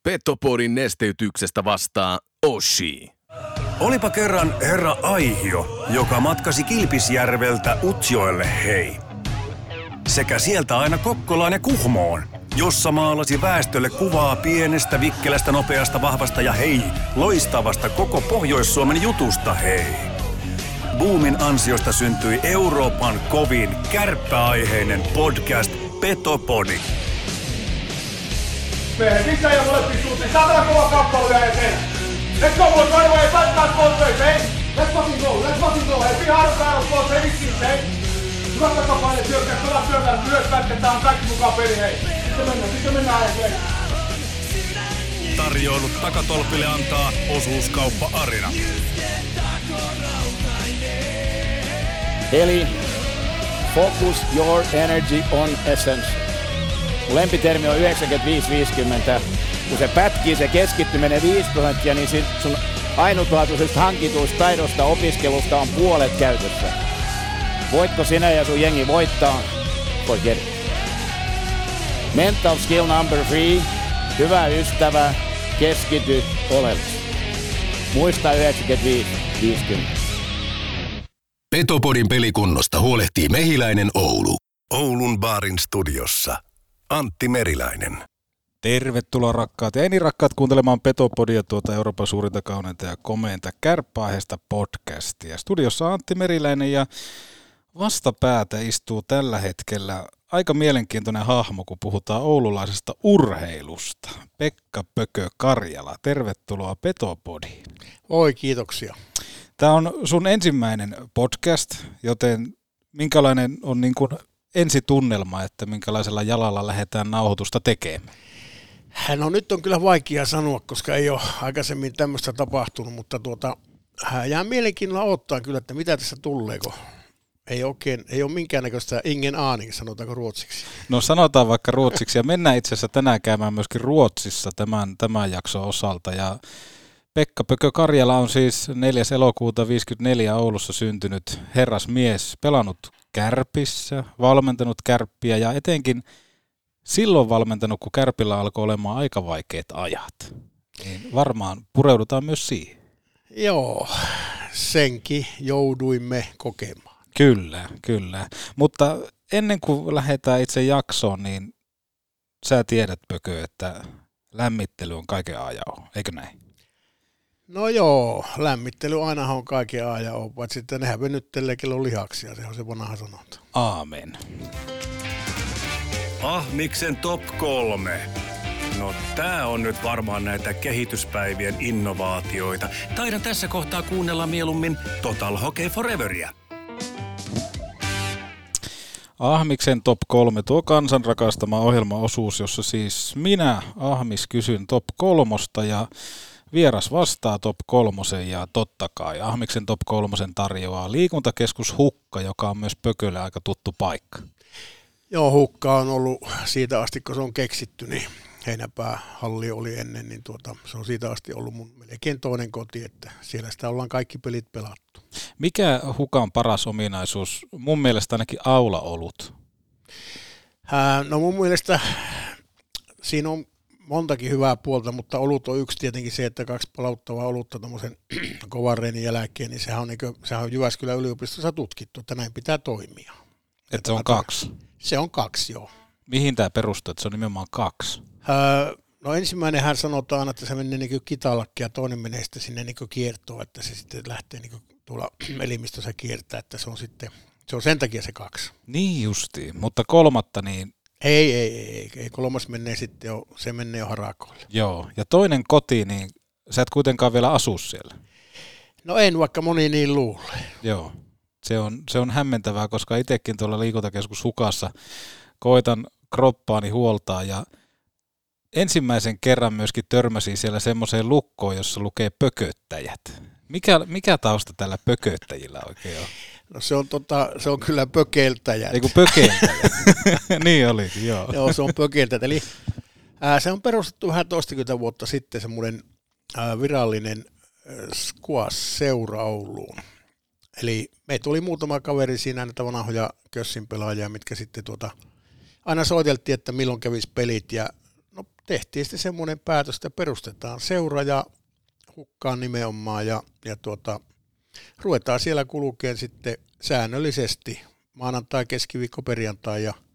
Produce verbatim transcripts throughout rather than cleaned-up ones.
Petopodin nesteytyksestä vastaa Oshi. Olipa kerran herra Aihio, joka matkasi Kilpisjärveltä Utsjoelle hei. Sekä sieltä aina Kokkolaan ja Kuhmoon, jossa maalasi väestölle kuvaa pienestä, vikkelästä, nopeasta, vahvasta ja hei, loistavasta koko Pohjois-Suomen jutusta hei. Boomin ansiosta syntyi Euroopan kovin kärppäaiheinen podcast Petopodi. Miehet, missä ei molempiin suuntiin? Saatana kova kappale vielä eteen. Let's go, boys, right away. Fight that both ways, hey? Let's fucking go, let's fucking go. Hey, be hard battle, boys, hey, vittiin, hey? Hyvät takapaine syökkää, pelaa syökkää, myös pätketään, kaikki mukaan peli, hei. Sitten mennään, sitten mennään, hei. Tarjoilut takatolpille antaa Osuuskauppa Arina. Eli focus your energy on essence. Mun lempitermi on yhdeksänkymmentäviisi viisikymmentä. Kun se pätkii, se keskittyminen viisi prosenttia, niin sit sun ainutlaatuisesta hankituista taidosta opiskelusta on puolet käytössä. Voitko sinä ja sun jengi voittaa? Forget it. Mental skill number three. Hyvä ystävä, keskity oleellisesti. Muista yhdeksänkymmentäviisi viisikymmentä. Petopodin pelikunnosta huolehtii Mehiläinen Oulu. Oulun baarin studiossa Antti Meriläinen. Tervetuloa rakkaat ja eni rakkaat kuuntelemaan Petopodia, tuota Euroopan suurinta, kauneinta ja komeinta kärppäaiheesta podcastia. Studiossa Antti Meriläinen ja vastapäätä istuu tällä hetkellä aika mielenkiintoinen hahmo, kun puhutaan oululaisesta urheilusta. Pekka Pökö Karjala, tervetuloa Petopodiin. Oi, kiitoksia. Tämä on sun ensimmäinen podcast, joten minkälainen on niin kuin ensitunnelma, että minkälaisella jalalla lähdetään nauhoitusta tekemään? No nyt on kyllä vaikea sanoa, koska ei ole aikaisemmin tämmöistä tapahtunut, mutta tuota, jää mielenkiinnolla odottaa kyllä, että mitä tässä tulee, kun ei, oikein, ei ole minkäännäköistä ingen aning, sanotaanko ruotsiksi. No sanotaan vaikka ruotsiksi, ja mennään itse asiassa tänään käymään myöskin Ruotsissa tämän, tämän jakson osalta, ja Pekka Pökö Karjala on siis neljäs elokuuta viisikymmentäneljä Oulussa syntynyt herrasmies, pelannut Kärpissä, valmentanut Kärppiä ja etenkin silloin valmentanut, kun Kärpillä alkoi olemaan aika vaikeat ajat. Niin varmaan pureudutaan myös siihen. Joo, senkin jouduimme kokemaan. Kyllä, kyllä. Mutta ennen kuin lähdetään itse jaksoon, niin sä tiedät Pökö, että lämmittely on kaiken ajan, eikö näin? No joo, lämmittely ainahan on kaiken ajan on, paitsi sitten nehän venyttelee kello lihaksia, se on se vanha sanonta. Aamen. Ahmiksen top kolme. No tää on nyt varmaan näitä kehityspäivien innovaatioita. Taidan tässä kohtaa kuunnella mieluummin Total Hockey Foreveria. Ahmiksen top kolme, tuo kansan rakastama ohjelmaosuus, jossa siis minä, Ahmis, kysyn top kolmosta ja vieras vastaa top kolmosen ja totta kai Ahmiksen top kolmosen tarjoaa liikuntakeskus Hukka, joka on myös Pökölle aika tuttu paikka. Joo, Hukka on ollut siitä asti, kun se on keksitty, niin Heinäpää-halli oli ennen, niin tuota, se on siitä asti ollut mun melkein toinen koti, että siellä sitä ollaan kaikki pelit pelattu. Mikä Hukan paras ominaisuus? Mun mielestä ainakin aulaolut. Ää, no mun mielestä siinä on montakin hyvää puolta, mutta olut on yksi tietenkin se, että kaksi palauttavaa olutta tuommoisen kovan reenin jälkeen, niin sehän on, niin kuin, sehän on Jyväskylän yliopistossa tutkittu, että näin pitää toimia. Että se on kaksi? Se on kaksi, joo. Mihin tämä perustuu, että se on nimenomaan kaksi? Öö, no ensimmäinen hän sanotaan, että se menee niin kitalakki ja toinen menee sitten sinne niin kiertoon, että se sitten lähtee niin tuolla elimistössä kiertää, että se on sitten, se on sen takia se kaksi. Niin justiin, mutta kolmatta niin... Ei, ei, ei, ei, kolmas menee sitten jo, se menee jo harakoille. Joo, ja toinen koti, niin sä et kuitenkaan vielä asu siellä. No en, vaikka moni niin luulee. Joo, se on, se on hämmentävää, koska itsekin tuolla liikuntakeskus Hukassa koitan kroppaani huoltaa ja ensimmäisen kerran myöskin törmäsin siellä semmoiseen lukkoon, jossa lukee pököttäjät. Mikä, mikä tausta tällä pököttäjillä oikein on? No se on, tota, se on kyllä pökeltäjät. Ei kun pökeltäjät. Niin olikin, joo. Joo, se on pökeltäjät. Eli ää, se on perustettu vähän toistakymmentä vuotta sitten semmoinen ää, virallinen squash-seura Ouluun. Eli meitä oli muutama kaveri siinä, näitä vanhoja kössin pelaajia, mitkä sitten tuota, aina soiteltiin, että milloin kävisi pelit. Ja no, tehtiin sitten semmoinen päätös, että perustetaan seura ja hukkaan nimenomaan ja, ja tuota, ruvetaan siellä kulkeen sitten säännöllisesti maanantai, keskiviikko, perjantai ja,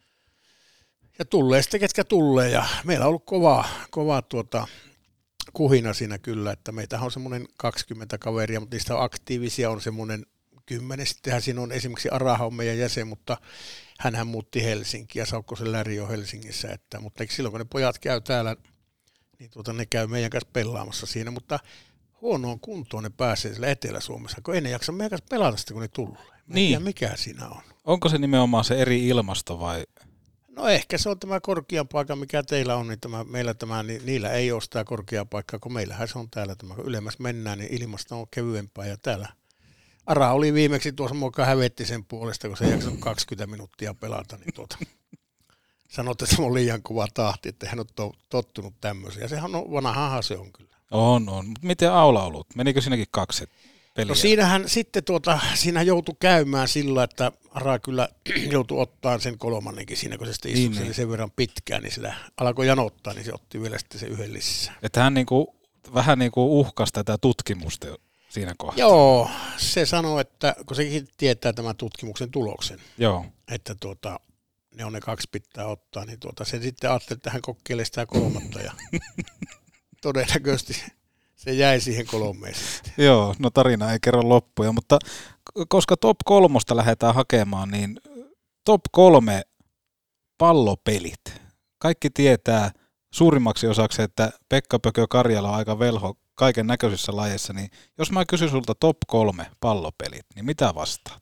ja tulee sitten ketkä tulee ja meillä on ollut kova, kova tuota, kuhina siinä kyllä, että meitä on semmoinen kaksikymmentä kaveria, mutta niistä on aktiivisia on semmoinen kymmenen. Sittenhän siinä on esimerkiksi Araha on meidän jäsen, mutta hänhän muutti Helsinkiin ja Saukkosen Läri on Helsingissä, että, mutta eikö silloin kun ne pojat käy täällä, niin tuota, ne käy meidän kanssa pelaamassa siinä, mutta huonoon kuntoon ne pääsee siellä Etelä-Suomessa, kun ei ne jaksa meidän kanssa pelata sitä, kun ne tulee. Mä niin. en tiedä, mikä siinä on. Onko se nimenomaan se eri ilmasto vai? No ehkä se on tämä korkean paikka, mikä teillä on, niin tämä, meillä tämä, niin niillä ei ole sitä korkeaa paikkaa, kun meillähän se on täällä tämä, kun ylemmäs mennään, niin ilmasto on kevyempää ja täällä. Ara oli viimeksi tuossa muokka hävetti sen puolesta, kun se ei jaksanut kaksikymmentä minuuttia pelata, niin tuota, sanoi, että se on liian kova tahti, että hän on tottunut tämmöiseen. Ja sehän on, vanhahan se on kyllä. On, on. Mutta miten Aula ollut? Menikö siinäkin kaksi peliä? No siinähän sitten tuota, siinä joutui käymään sillä, että Ara kyllä joutui ottaa sen kolmannenkin siinä, kun se sitten istui niin, sen verran pitkään, niin sillä alkoi janottaa, niin se otti vielä sitten se yhden lisää. Että hän niinku, vähän niin kuin uhkasi tätä tutkimusta siinä kohtaa. Joo, se sanoi, että kun sekin tietää tämän tutkimuksen tuloksen, Joo. että tuota, ne on ne kaksi pitää ottaa, niin tuota, se sitten ajatteli, että hän kokeilee sitä kolmatta ja todennäköisesti se jäi siihen kolmeen sitten. Joo, no tarina ei kerro loppuja, mutta koska top kolmosta lähdetään hakemaan, niin top kolme pallopelit. Kaikki tietää suurimmaksi osaksi, että Pekka Pökö Karjala on aika velho kaiken näköisissä lajeissa, niin jos mä kysyn sulta top kolme pallopelit, niin mitä vastaat?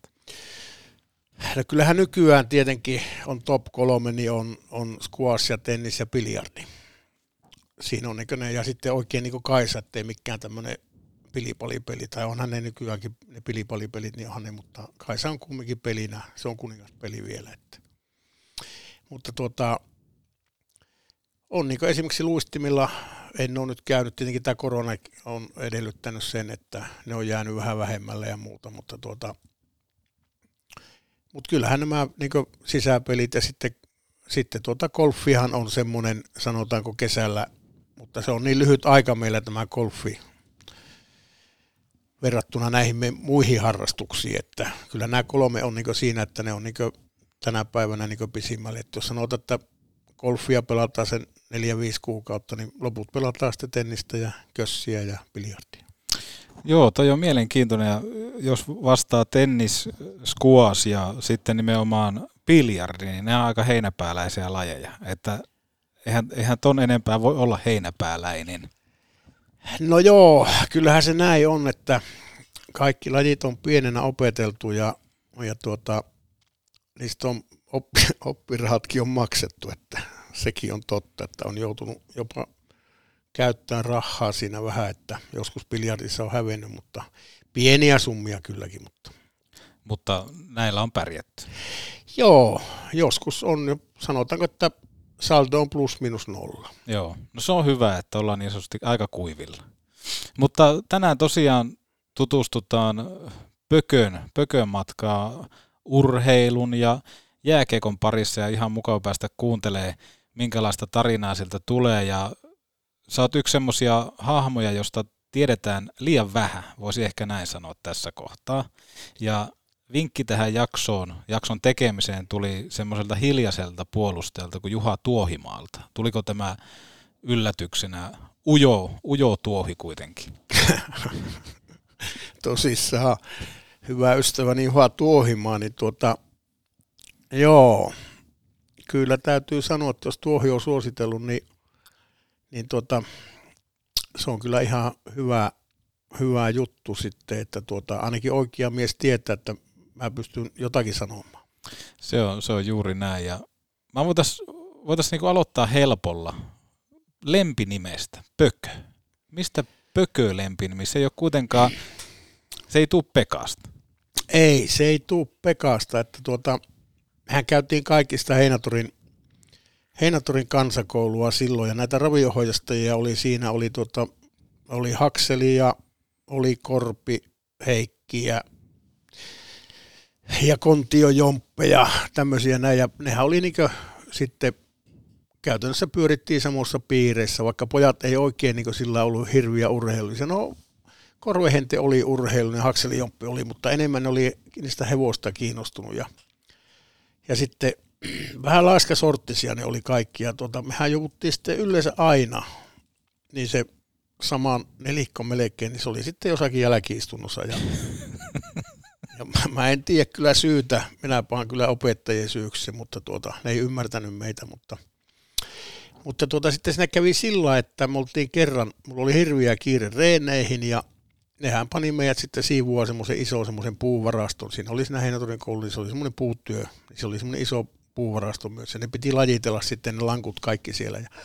No kyllähän nykyään tietenkin on top kolme, niin on, on squash ja tennis ja biljardi. Siinä on niin ne, ja sitten oikein niin kuin Kaisa, ettei mikään tämmöinen pilipalipeli, tai onhan ne nykyäänkin ne pilipalipelit, niin onhan ne, mutta Kaisa on kumminkin pelinä, se on kuningaspeli vielä. Että. Mutta tuota, on niin kuin esimerkiksi luistimilla, en ole nyt käynyt, tietenkin tämä korona on edellyttänyt sen, että ne on jäänyt vähän vähemmälle ja muuta, mutta tuota, mutta kyllähän nämä niin kuin sisäpelit ja sitten, sitten tuota golfihan on semmoinen, sanotaanko kesällä, mutta se on niin lyhyt aika meillä tämä golfi verrattuna näihin muihin harrastuksiin, että kyllä nämä kolme on niin kuin siinä, että ne on niin kuin tänä päivänä niin kuin pisimmälle. Että jos sanotaan, että golfia pelataan sen neljä viisi kuukautta, niin loput pelataan sitten tennistä ja kössiä ja biljardia. Joo, toi on mielenkiintoinen, ja jos vastaa tennis, squash ja sitten nimenomaan biljardi, niin ne on aika heinäpääläisiä lajeja, että eihän, eihän ton enempää voi olla heinäpääläinen. No joo, kyllähän se näin on, että kaikki lajit on pienenä opeteltu ja, ja tuota, niistä on oppi, oppirahatkin on maksettu, että sekin on totta, että on joutunut jopa käyttää rahaa siinä vähän, että joskus biljardissa on hävennyt, mutta pieniä summia kylläkin. Mutta, mutta näillä on pärjätty. Joo, joskus on, sanotaanko, että saldo on plus minus nolla. Joo, no se on hyvä, että ollaan niin sanotusti aika kuivilla. Mutta tänään tosiaan tutustutaan Pökön, Pökön matkaa urheilun ja jääkiekon parissa ja ihan mukava päästä kuuntelemaan, minkälaista tarinaa sieltä tulee. Ja sä oot yksi semmoisia hahmoja, josta tiedetään liian vähän, voisi ehkä näin sanoa tässä kohtaa. Ja vinkki tähän jaksoon, jakson tekemiseen tuli semmoiselta hiljaiselta puolustajalta kuin Juha Tuohimaalta. Tuliko tämä yllätyksenä? Ujo, ujo Tuohi kuitenkin. Tosissaan hyvä ystäväni Juha Tuohimaa, niin tuota, joo, kyllä täytyy sanoa, että jos Tuohi on suositellut, niin, niin tuota, se on kyllä ihan hyvä, hyvä juttu sitten, että tuota, ainakin oikea mies tietää, että mä pystyn jotakin sanomaan. Se on, se on juuri näin, ja mä voitais, voitais niinku aloittaa helpolla lempinimestä, Pökö. Mistä Pökö lempinimi? Se ei ole kuitenkaan, se ei tule Pekasta. Ei, se ei tule Pekasta, että tuota, hän käytiin kaikista Heinäturin, Heinäturin kansakoulua silloin, ja näitä raviohoitajia oli siinä, oli, tuota, oli Hakseli ja oli Korpi, Heikki ja, ja Kontio Jomppe ja tämmöisiä näin, ja nehän oli niinkö sitten käytännössä pyörittiin samassa piireissä, vaikka pojat ei oikein niin sillä ollut hirviä urheilullisia. No, Korvehente oli urheilullinen, Hakseli Jomppi oli, mutta enemmän oli niistä hevosta kiinnostunut. Ja, ja sitten vähän laiskasorttisia ne oli kaikki. Ja tuota, mehän jouduttiin sitten yleensä aina, niin se sama nelikko melkein, niin se oli sitten jossakin jälki-istunnossa. Ja, ja mä en tiedä kyllä syytä, minä pahan kyllä opettajien syyksi, mutta tuota, ne ei ymmärtänyt meitä, mutta... Mutta tuota, sitten siinä kävi sillä, että me oltiin kerran, mulla oli hirviä kiire reeneihin ja nehän pani meidät sitten siivua semmoisen iso semmoisen puuvaraston. Siinä oli siinä Heinätorin koulu, niin se oli semmoinen puutyö, niin se oli semmoinen iso puuvarasto myös ja ne piti lajitella sitten ne lankut kaikki siellä. Ja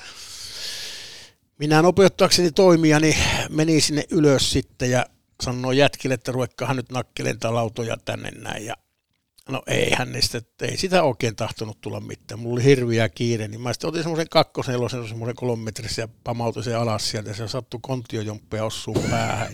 minä nopeuttaakseni toimia, niin meni sinne ylös sitten ja sanoi jätkille, että ruvekkaahan nyt nakkelentaa lautoja tänne näin ja no eihän ne sitten, ei sitä oikein tahtonut tulla mitään. Mulla oli hirviä kiire, niin mä sitten otin semmoisen kakkoselosen, semmoisen kolmemetrisen ja pamautin sen alas sieltä. Se sattui kontiojomppeja ossuun päähän.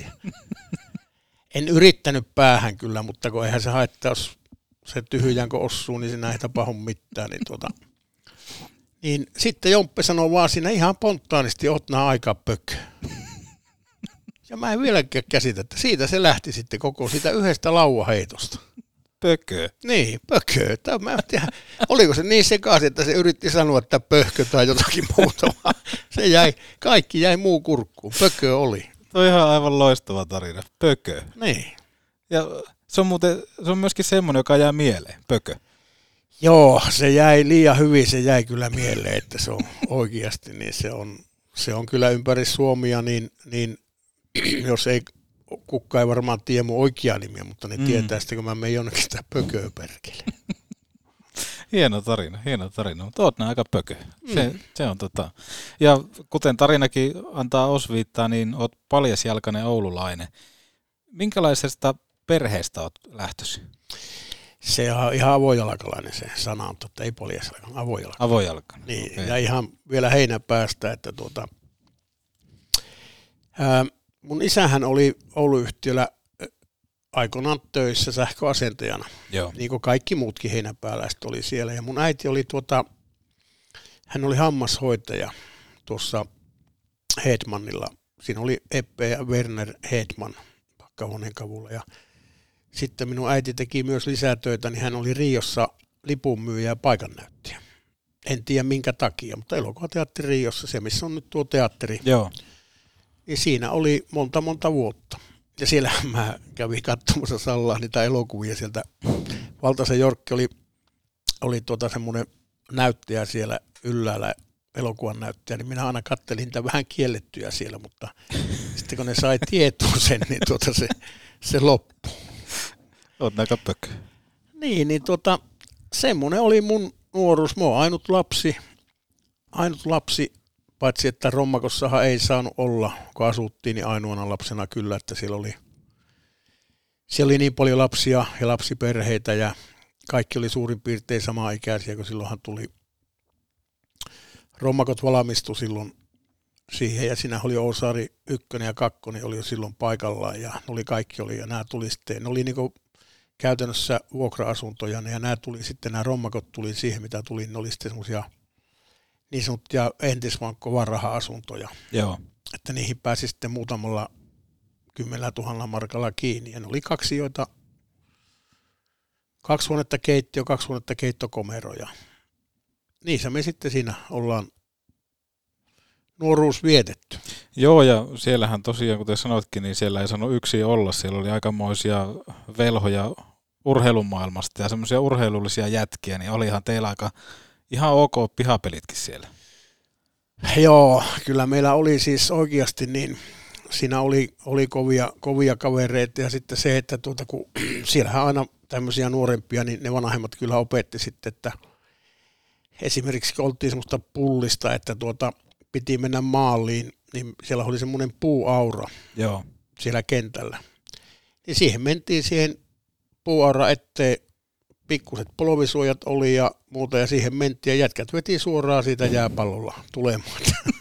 En yrittänyt päähän kyllä, mutta kun eihän se haittaa, jos se tyhjään kun ossuu, niin siinä ei tapahdu mitään. Niin, tuota. niin sitten Jomppe sanoi vaan siinä ihan spontaanisti, oot nää aika pökö. Ja mä en vieläkään käsitä, että siitä se lähti sitten koko sitä yhdestä lauaheitosta. Pökö. Niin, pökö. Tämä, en tiedä, oliko se niin sekaisin, että se yritti sanoa, että pöhkö tai jotakin muuta. Se jäi, kaikki jäi muu kurkkuun. Pökö oli. Tuo on ihan aivan loistava tarina. Pökö. Niin. Ja se on, muuten, se on myöskin semmoinen, joka jää mieleen. Pökö. Joo, se jäi liian hyvin, se jäi kyllä mieleen, että se on oikeasti, niin se on, se on kyllä ympäri Suomia, niin, niin jos ei... Kukka ei varmaan tiedä mun oikeaa nimiä, mutta ne mm. tietää sitten, kun mä menen jonnekin sitä pököä perkele. Hieno tarina, hieno tarina, mutta oot nää aika pökö. Se, mm. se on tota. Ja kuten tarinakin antaa osviittaa, niin oot paljasjalkainen oululainen. Minkälaisesta perheestä oot lähtösi? Se on ihan avojalkalainen se sana, mutta ei paljasjalkainen, avojalkainen. Avojalkainen. Niin, okay. Ja ihan vielä heinäpäästä, että tuota... Ää, mun isähän oli Oulu-yhtiöllä aikoinaan töissä sähköasentajana, Joo. niin kuin kaikki muutkin heinäpääläiset oli siellä. Ja mun äiti oli tuota, hän oli hammashoitaja tuossa Hedmanilla. Siinä oli Eppe ja Werner Hedman Pakkahuoneen kavulla. Ja sitten minun äiti teki myös lisätöitä, niin hän oli Riossa lipunmyyjä ja paikannäyttäjä. En tiedä minkä takia, mutta elokuvateatteri Riossa, se missä on nyt tuo teatteri. Joo. Niin siinä oli monta monta vuotta. Ja siellä mä kävin katsomassa Sallaa niitä elokuvia sieltä. Valtasen Jorkki oli, oli tuota semmoinen näyttäjä siellä ylhäällä, elokuvan näyttäjä, niin minä aina kattelin niitä vähän kiellettyjä siellä, mutta sitten kun ne sai tietoon sen, niin tuota se, se loppui. Oot aika pökö. Niin, niin tuota, semmoinen oli mun nuoruus. Mä oon ainut lapsi, ainut lapsi, paitsi että Rommakossahan ei saanut olla, kun asuttiin, niin ainoana lapsena kyllä, että siellä oli, siellä oli niin paljon lapsia ja lapsiperheitä ja kaikki oli suurin piirtein samaa ikäisiä, kun silloinhan tuli, Rommakot valmistui silloin siihen ja siinä oli Osaari ykkönen ja kakkonen oli jo silloin paikallaan ja ne oli kaikki oli ja nämä tuli sitten, ne oli niin kuin käytännössä vuokra-asuntoja ja nämä tuli sitten, nämä Rommakot tuli siihen mitä tuli, ne oli sitten semmoisia niin sanottuja entisvan kovan raha-asuntoja. Joo. Että niihin pääsi sitten muutamalla kymmenellä tuhannella markalla kiinni. Ja ne oli kaksi, joita, kaksi huonetta keittiö, kaksi huonetta keittokomeroja. Niissä me sitten siinä ollaan nuoruus vietetty. Joo, ja siellähän tosiaan, kuten sanoitkin, niin siellä ei saanut yksin olla. Siellä oli aikamoisia velhoja urheilumaailmasta ja semmoisia urheilullisia jätkiä, niin olihan teillä aika ihan ok pihapelitkin siellä. Joo, kyllä meillä oli siis oikeasti niin, siinä oli, oli kovia, kovia kavereita ja sitten se, että tuota, kun siellähän aina tämmöisiä nuorempia, niin ne vanhemmat kyllä opetti sitten, että esimerkiksi kun oltiin semmoista pullista, että tuota, piti mennä maaliin, niin siellä oli semmoinen puuaura Joo. siellä kentällä. Niin siihen mentiin siihen puuaura eteen, pikkuset polvisuojat oli ja muuta ja siihen mentiin ja jätkät veti suoraan siitä jääpallolla tulemaan.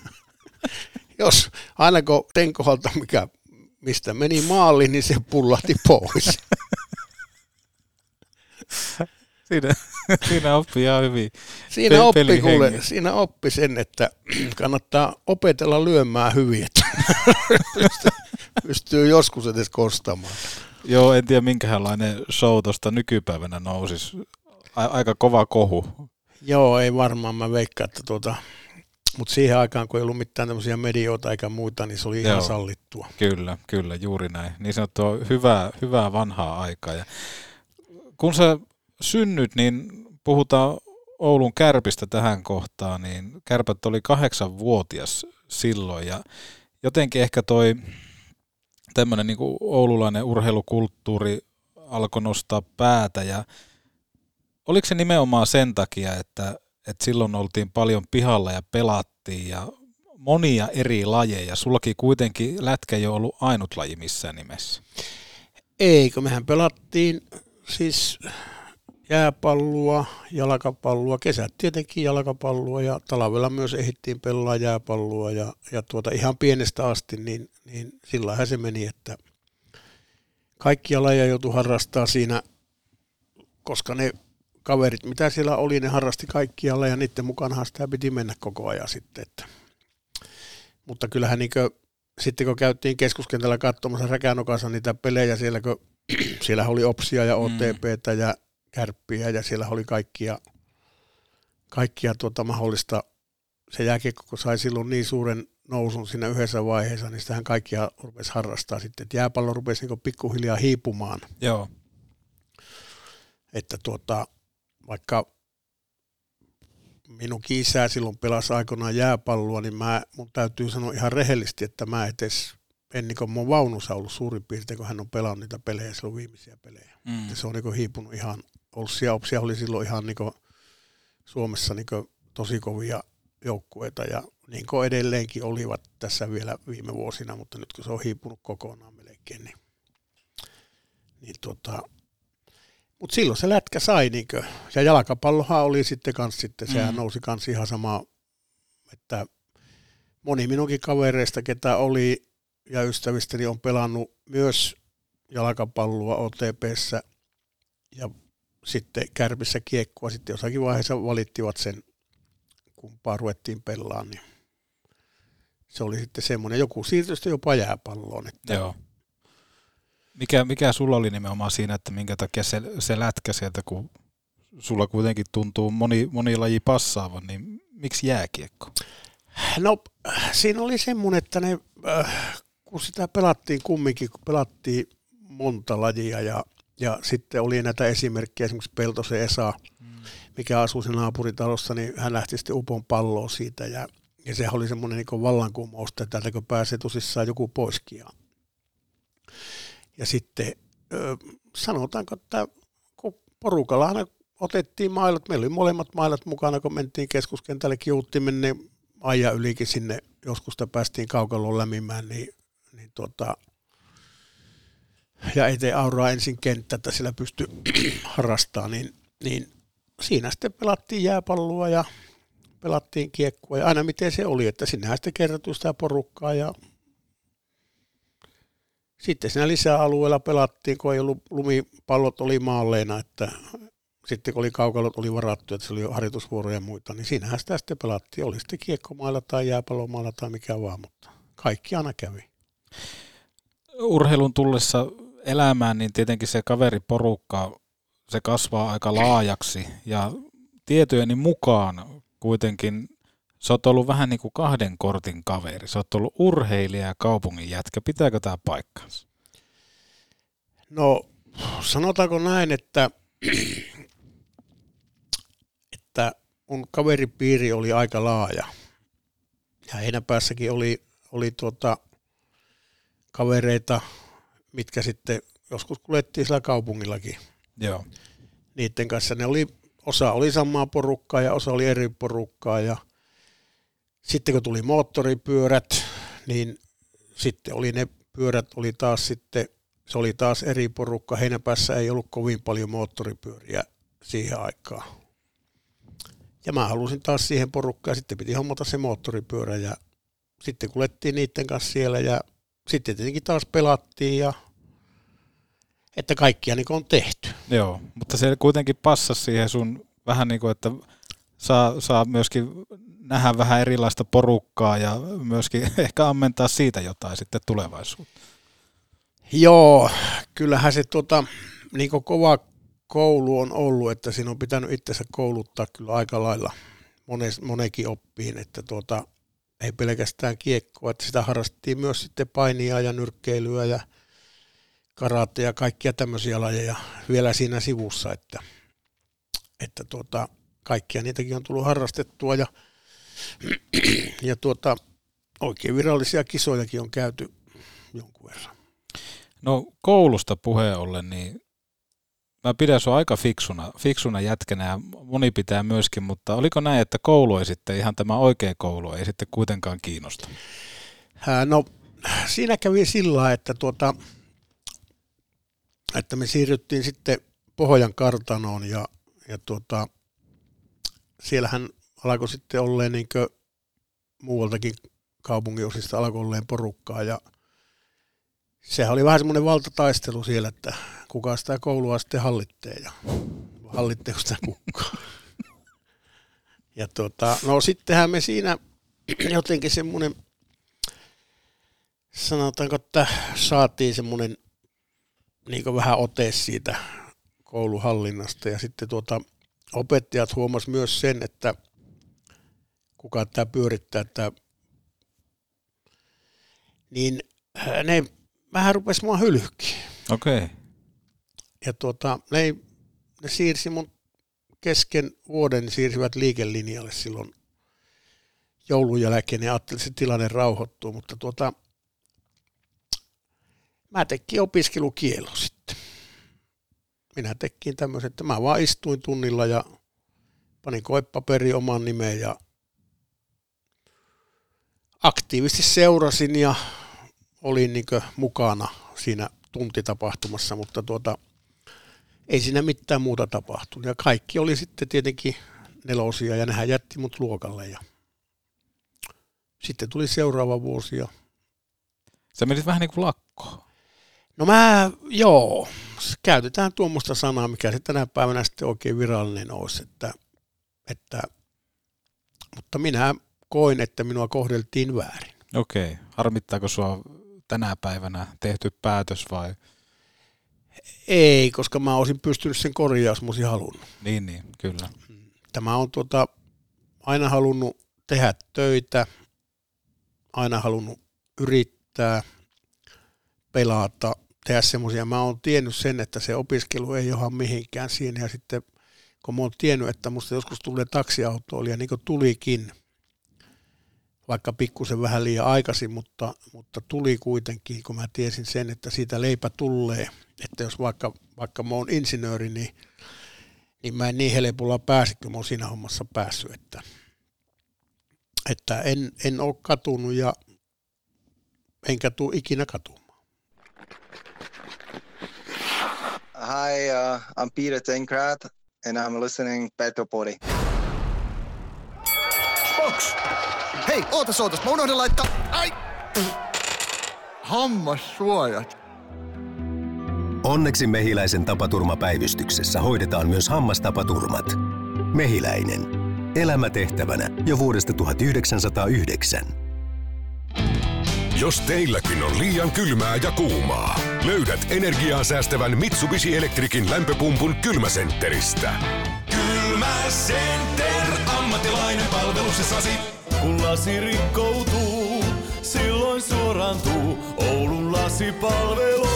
Jos aina kun tenkohalta mikä, mistä meni maaliin, niin se pullahti pois. Siinä, Siinä oppii ihan hyvin. Siinä Pe- oppi, kuule, pelihengen. siinä oppi sen, että kannattaa opetella lyömään hyvin, että pystyy, pystyy joskus edes kostamaan. Joo, en tiedä minkälainen show tuosta nykypäivänä nousisi. A- aika kova kohu. Joo, ei varmaan, mä veikkaan, että tuota, mutta siihen aikaan, kun ei ollut mitään tämmöisiä medioita eikä muita, niin se oli ihan Joo. sallittua. Kyllä, kyllä, juuri näin. Niin sanottua hyvää, hyvää vanhaa aikaa. Ja kun sä synnyt, niin puhutaan Oulun Kärpistä tähän kohtaan, niin Kärpät oli kahdeksanvuotias silloin ja jotenkin ehkä toi tämmöinen niin kuin oululainen urheilukulttuuri alkoi nostaa päätä ja oliko se nimenomaan sen takia, että, että silloin oltiin paljon pihalla ja pelattiin ja monia eri lajeja. Sullakin kuitenkin lätkä ei ole ollut ainut laji missään nimessä. Eikö, mehän pelattiin siis jääpalloa, jalkapalloa, kesät tietenkin jalkapalloa ja talvella myös ehdittiin pelaa jääpalloa ja, ja tuota ihan pienestä asti, niin, niin sillähän se meni, että kaikkia lajeja joutui harrastaa siinä, koska ne kaverit, mitä siellä oli, ne harrasti kaikkialla ja niiden mukanahan sitä piti mennä koko ajan sitten. Että. Mutta kyllähän niin kuin, sitten kun käytiin keskuskentällä katsomassa Räkänokassa niitä pelejä, siellä, kun, siellä oli Opsia ja O T P:tä ja Kärppiä ja siellä oli kaikkia, kaikkia tuota mahdollista. Se jääkiekko, kun sai silloin niin suuren nousun siinä yhdessä vaiheessa, niin sitähän kaikkia rupesi harrastaa sitten. Et jääpallo rupesi niin pikkuhiljaa hiipumaan. Joo. Että tuota, vaikka minunkin isä silloin pelasi aikoinaan jääpalloa, niin mä, mun täytyy sanoa ihan rehellisesti, että mä etes, en niin kuin mun vaunussa ollut suurin piirtein, kun hän on pelannut niitä pelejä, silloin viimeisiä pelejä. Mm. Se on niin kuin hiipunut ihan, Olssia Opsia oli silloin ihan niin kuin Suomessa niin kuin tosi kovia joukkueita ja niin kuin edelleenkin olivat tässä vielä viime vuosina, mutta nyt kun se on hiipunut kokonaan melkein, niin, niin tuota, mutta silloin se lätkä sai, niinkö, ja jalkapallohan oli sitten kans sitten, sehän mm. nousi kans ihan sama, että moni minunkin kavereista, ketä oli ja ystävistäni on pelannut myös jalkapalloa O T P:ssä ja sitten Kärpissä kiekkoa, sitten jossakin vaiheessa valittivat sen, kumpaa ruvettiin pelaamaan, niin se oli sitten semmoinen, joku siirtyi sitten jopa jääpalloon. Että Joo. Mikä, mikä sulla oli nimenomaan siinä, että minkä takia se, se lätkä sieltä, kun sulla kuitenkin tuntuu moni, moni laji passaavan, niin miksi jääkiekko? No siinä oli semmoinen, että ne, äh, kun sitä pelattiin kumminkin, kun pelattiin monta lajia ja, ja sitten oli näitä esimerkkejä, esimerkiksi Peltosen Esa, mm. mikä asui siinä naapuritalossa, niin hän lähti sitten upon palloon siitä ja, ja sehän oli semmoinen niin kuin vallankumous, että täältä kun pääsee tosissaan joku poiskin. Ja, ja sitten ö, sanotaanko, että kun porukallahan otettiin mailat, meillä oli molemmat mailat mukana, kun mentiin keskuskentälle, kiuttimme ne ajan ylikin sinne, joskus päästiin kaukaloon lämimään, niin, niin tuota, ja ettei auraa ensin kenttä, että sillä pystyi harrastamaan, niin, niin siinä sitten pelattiin jääpalloa ja pelattiin kiekkoa ja aina miten se oli, että sinnehän sitten kerrotui sitä porukkaa ja sitten siinä lisäalueella pelattiin, kun ei ollut lumipallot oli maalleina, että sitten kun oli kaukalot oli varattu, että se oli harjoitusvuoroja ja muita, niin siinähän sitä sitten pelattiin. Oli sitten kiekkomailla tai jääpallomailla tai mikä vaan, mutta kaikki aina kävi. Urheilun tullessa elämään, niin tietenkin se kaveriporukka, se kasvaa aika laajaksi ja tietojeni mukaan kuitenkin sä oot ollut vähän niin kuin kahden kortin kaveri. Sä oot ollut urheilija ja kaupungin jätkä. Pitääkö tämä paikkansa? No sanotaanko näin, että, että mun kaveripiiri oli aika laaja. Ja Heinäpäässäkin oli, oli tuota kavereita, mitkä sitten joskus kuljettiin siellä kaupungillakin. Joo. Niiden kanssa ne oli, osa oli samaa porukkaa ja osa oli eri porukkaa ja sitten kun tuli moottoripyörät, niin sitten oli ne pyörät, oli taas sitten, se oli taas eri porukka. Heinäpäässä ei ollut kovin paljon moottoripyöriä siihen aikaan. Ja mä halusin taas siihen porukkaan ja sitten piti hommata se moottoripyörä ja sitten kuljettiin niiden kanssa siellä ja sitten tietenkin taas pelattiin ja että kaikkia niin on tehty. Joo, mutta se kuitenkin passasi siihen sun vähän niin kuin, että saa, saa myöskin nähdä vähän erilaista porukkaa ja myöskin ehkä ammentaa siitä jotain sitten tulevaisuutta. Joo, kyllähän se tota, niin kuin kova koulu on ollut, että siinä on pitänyt itsensä kouluttaa kyllä aika lailla mones, monekin oppiin, että tuota, ei pelkästään kiekkoa, että sitä harrastettiin myös sitten painia ja nyrkkeilyä ja karate ja kaikkia tämmöisiä lajeja vielä siinä sivussa, että, että tuota, kaikkia niitäkin on tullut harrastettua ja, ja tuota, oikein virallisia kisojakin on käyty jonkun verran. No koulusta puheen ollen, niin mä pidän sua aika fiksuna, fiksuna jätkänä ja moni pitää myöskin, mutta oliko näin, että koulu ei sitten, ihan tämä oikea koulu ei sitten kuitenkaan kiinnosta? No siinä kävi sillä lailla, että, tuota, että me siirryttiin sitten Pohjan kartanoon ja, ja tuota, siellähän alkoi sitten olleen niin kuin muualtakin kaupunginosista alkoi olleen porukkaa ja sehän oli vähän semmoinen valtataistelu siellä, että kuka sitä koulua sitten hallittee ja hallitteeko sitä kukkaa. Ja tuota, no sittenhän me siinä jotenkin semmoinen, sanotaanko, että saatiin semmoinen niin vähän ote siitä kouluhallinnasta ja sitten tuota, opettajat huomasi myös sen, että kuka tämä pyörittää, että niin ne vähän rupesi mua hylkyyn. Okei. Okay. Ja tuota, ne, ne siirsi mun kesken vuoden, siirsivät liikelinjalle silloin joulun jälkeen ja ajattelin, että se tilanne rauhoittuu, mutta tuota, mä tekin opiskelukielon sitten. Minä tekin tämmöisen, että mä vaan istuin tunnilla ja panin koepaperiin oman nimeen ja aktiivisesti seurasin ja olin niin kuin mukana siinä tuntitapahtumassa, mutta tuota, ei siinä mitään muuta tapahtunut. Ja kaikki oli sitten tietenkin nelosia ja nehän jätti mut luokalle. Ja sitten tuli seuraava vuosi. Ja sä menit vähän niin kuin lakkoon. No mä, joo, käytetään tuommoista sanaa, mikä se tänä päivänä sitten oikein virallinen olisi. Että, että, mutta minä koin, että minua kohdeltiin väärin. Okei. Harmittaako sua tänä päivänä tehty päätös vai? Ei, koska mä olisin pystynyt sen korjaamaan, jos mä olisin halunnut. Niin, niin, kyllä. Tämä on tuota, aina halunnut tehdä töitä, aina halunnut yrittää, pelata, tehdä semmoisia. Mä oon tiennyt sen, että se opiskelu ei johda mihinkään siinä. Ja sitten kun mä oon tiennyt, että musta joskus tulee taksiautoilija, niin kuin tulikin, vaikka pikkusen vähän liian aikaisin, mutta, mutta tuli kuitenkin, kun mä tiesin sen, että siitä leipä tulee. Että jos vaikka, vaikka mä oon insinööri, niin, niin mä en niin helpolla pääse, kun mä oon siinä hommassa päässyt. Että, että en, en ole katunut ja enkä tule ikinä katumaan. Hi, uh, I'm Peter Tenkrat and I'm listening Petropodi. Box! Hei, ootas, ootas, mä unohdin laittaa... Ai! Hammassuojat. Onneksi Mehiläisen tapaturmapäivystyksessä hoidetaan myös hammastapaturmat. Mehiläinen. Elämätehtävänä jo vuodesta tuhatyhdeksänsataayhdeksän. Jos teilläkin on liian kylmää ja kuumaa, löydät energiaa säästävän Mitsubishi Electricin lämpöpumpun Kylmäsentteristä. Kylmäcenter, ammattilainen palveluksessasi. Kun lasi rikkoutuu, silloin suorantuu Oulun lasipalvelu.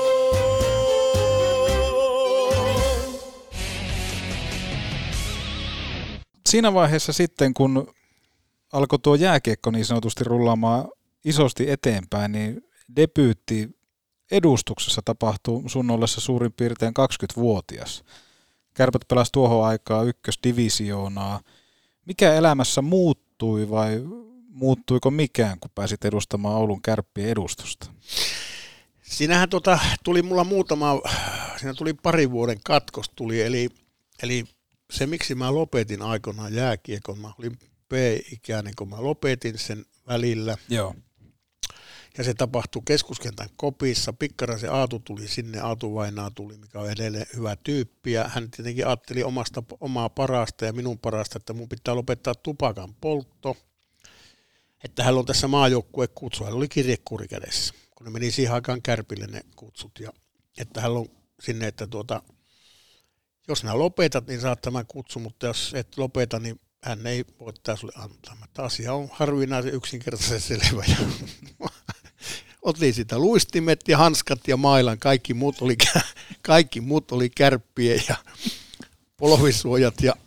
Siinä vaiheessa sitten, kun alkoi tuo jääkiekko niin sanotusti rullaamaan isosti eteenpäin, niin debyytti edustuksessa tapahtui sun ollessa suurin piirtein kaksikymmentävuotias. Kärpät pelasi tuohon aikaan ykkösdivisioonaa. Mikä elämässä muuttui vai muuttuiko mikään, kun pääsit edustamaan Oulun Kärppien edustusta? Siinähän tota, tuli mulla muutama, siinä tuli pari vuoden katkos tuli, eli, eli se miksi mä lopetin aikoinaan jääkiekon, mä olin P-ikäinen, kun mä lopetin sen välillä. Joo. Ja se tapahtui keskuskentän kopissa. Pikkaraisen Aatu tuli sinne, Aatu Vainaa tuli, mikä on edelleen hyvä tyyppi. Ja hän tietenkin ajatteli omasta, omaa parasta ja minun parasta, että mun pitää lopettaa tupakan poltto. Että hän on tässä maajoukkuekutsu. Hän oli kirjekuori kädessä, kun ne meni siihen aikaan Kärpille ne kutsut. Ja että hän on sinne, että tuota, jos nämä lopetat, niin saat tämän kutsun, mutta jos et lopeta, niin hän ei voi tää sulle antaa. Mutta asia on harvinaisen yksinkertaisen selvä. Ja otin sitä luistimet ja hanskat ja mailan. Kaikki muut oli, kaikki muut oli kärppien ja polvisuojat. Ja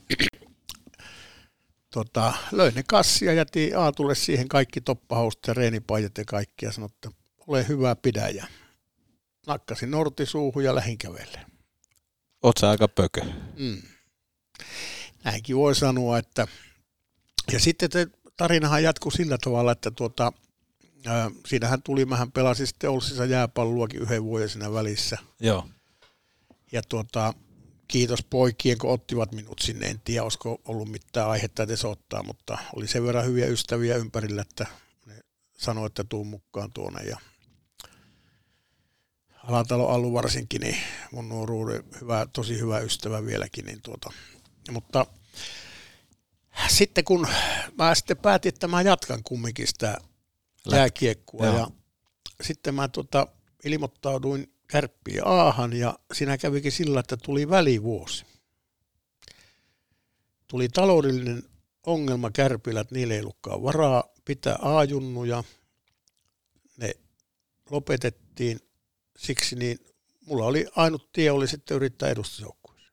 tota, löin ne kassia ja jätin Aatulle siihen kaikki toppahausut ja reenipaidat ja kaikki. Ja sanoin, että ole hyvä, pidä. Ja nakkasin nortti suuhun ja lähdin kävelemään. Oot sä aika pökö? Mm. Näinkin voi sanoa, että ja sitten te, tarinahan jatkui sillä tavalla, että tuota, ää, siinähän tuli, mähän pelasin sitten Olssissa jääpalluakin yhden vuoden siinä välissä. Joo. Ja tuota, kiitos poikien, kun ottivat minut sinne, en tiedä, olisiko ollut mitään aihetta edes ottaa, mutta oli sen verran hyviä ystäviä ympärillä, että ne sanoi, että tuu mukaan tuonne ja Alatalo Allu varsinkin, niin mun nuoruuden hyvä, tosi hyvä ystävä vieläkin. Niin tuota. Mutta sitten kun mä sitten päätin, että mä jatkan kumminkin sitä jääkiekkua ja sitten mä tuota, ilmoittauduin Kärppien A:han ja siinä kävikin sillä, että tuli välivuosi. Tuli taloudellinen ongelma Kärpillä, että niillä ei ollutkaan varaa pitää A-junnuja. Ne lopetettiin. Siksi niin mulla oli ainut tie oli sitten yrittää edustusjoukkueessa.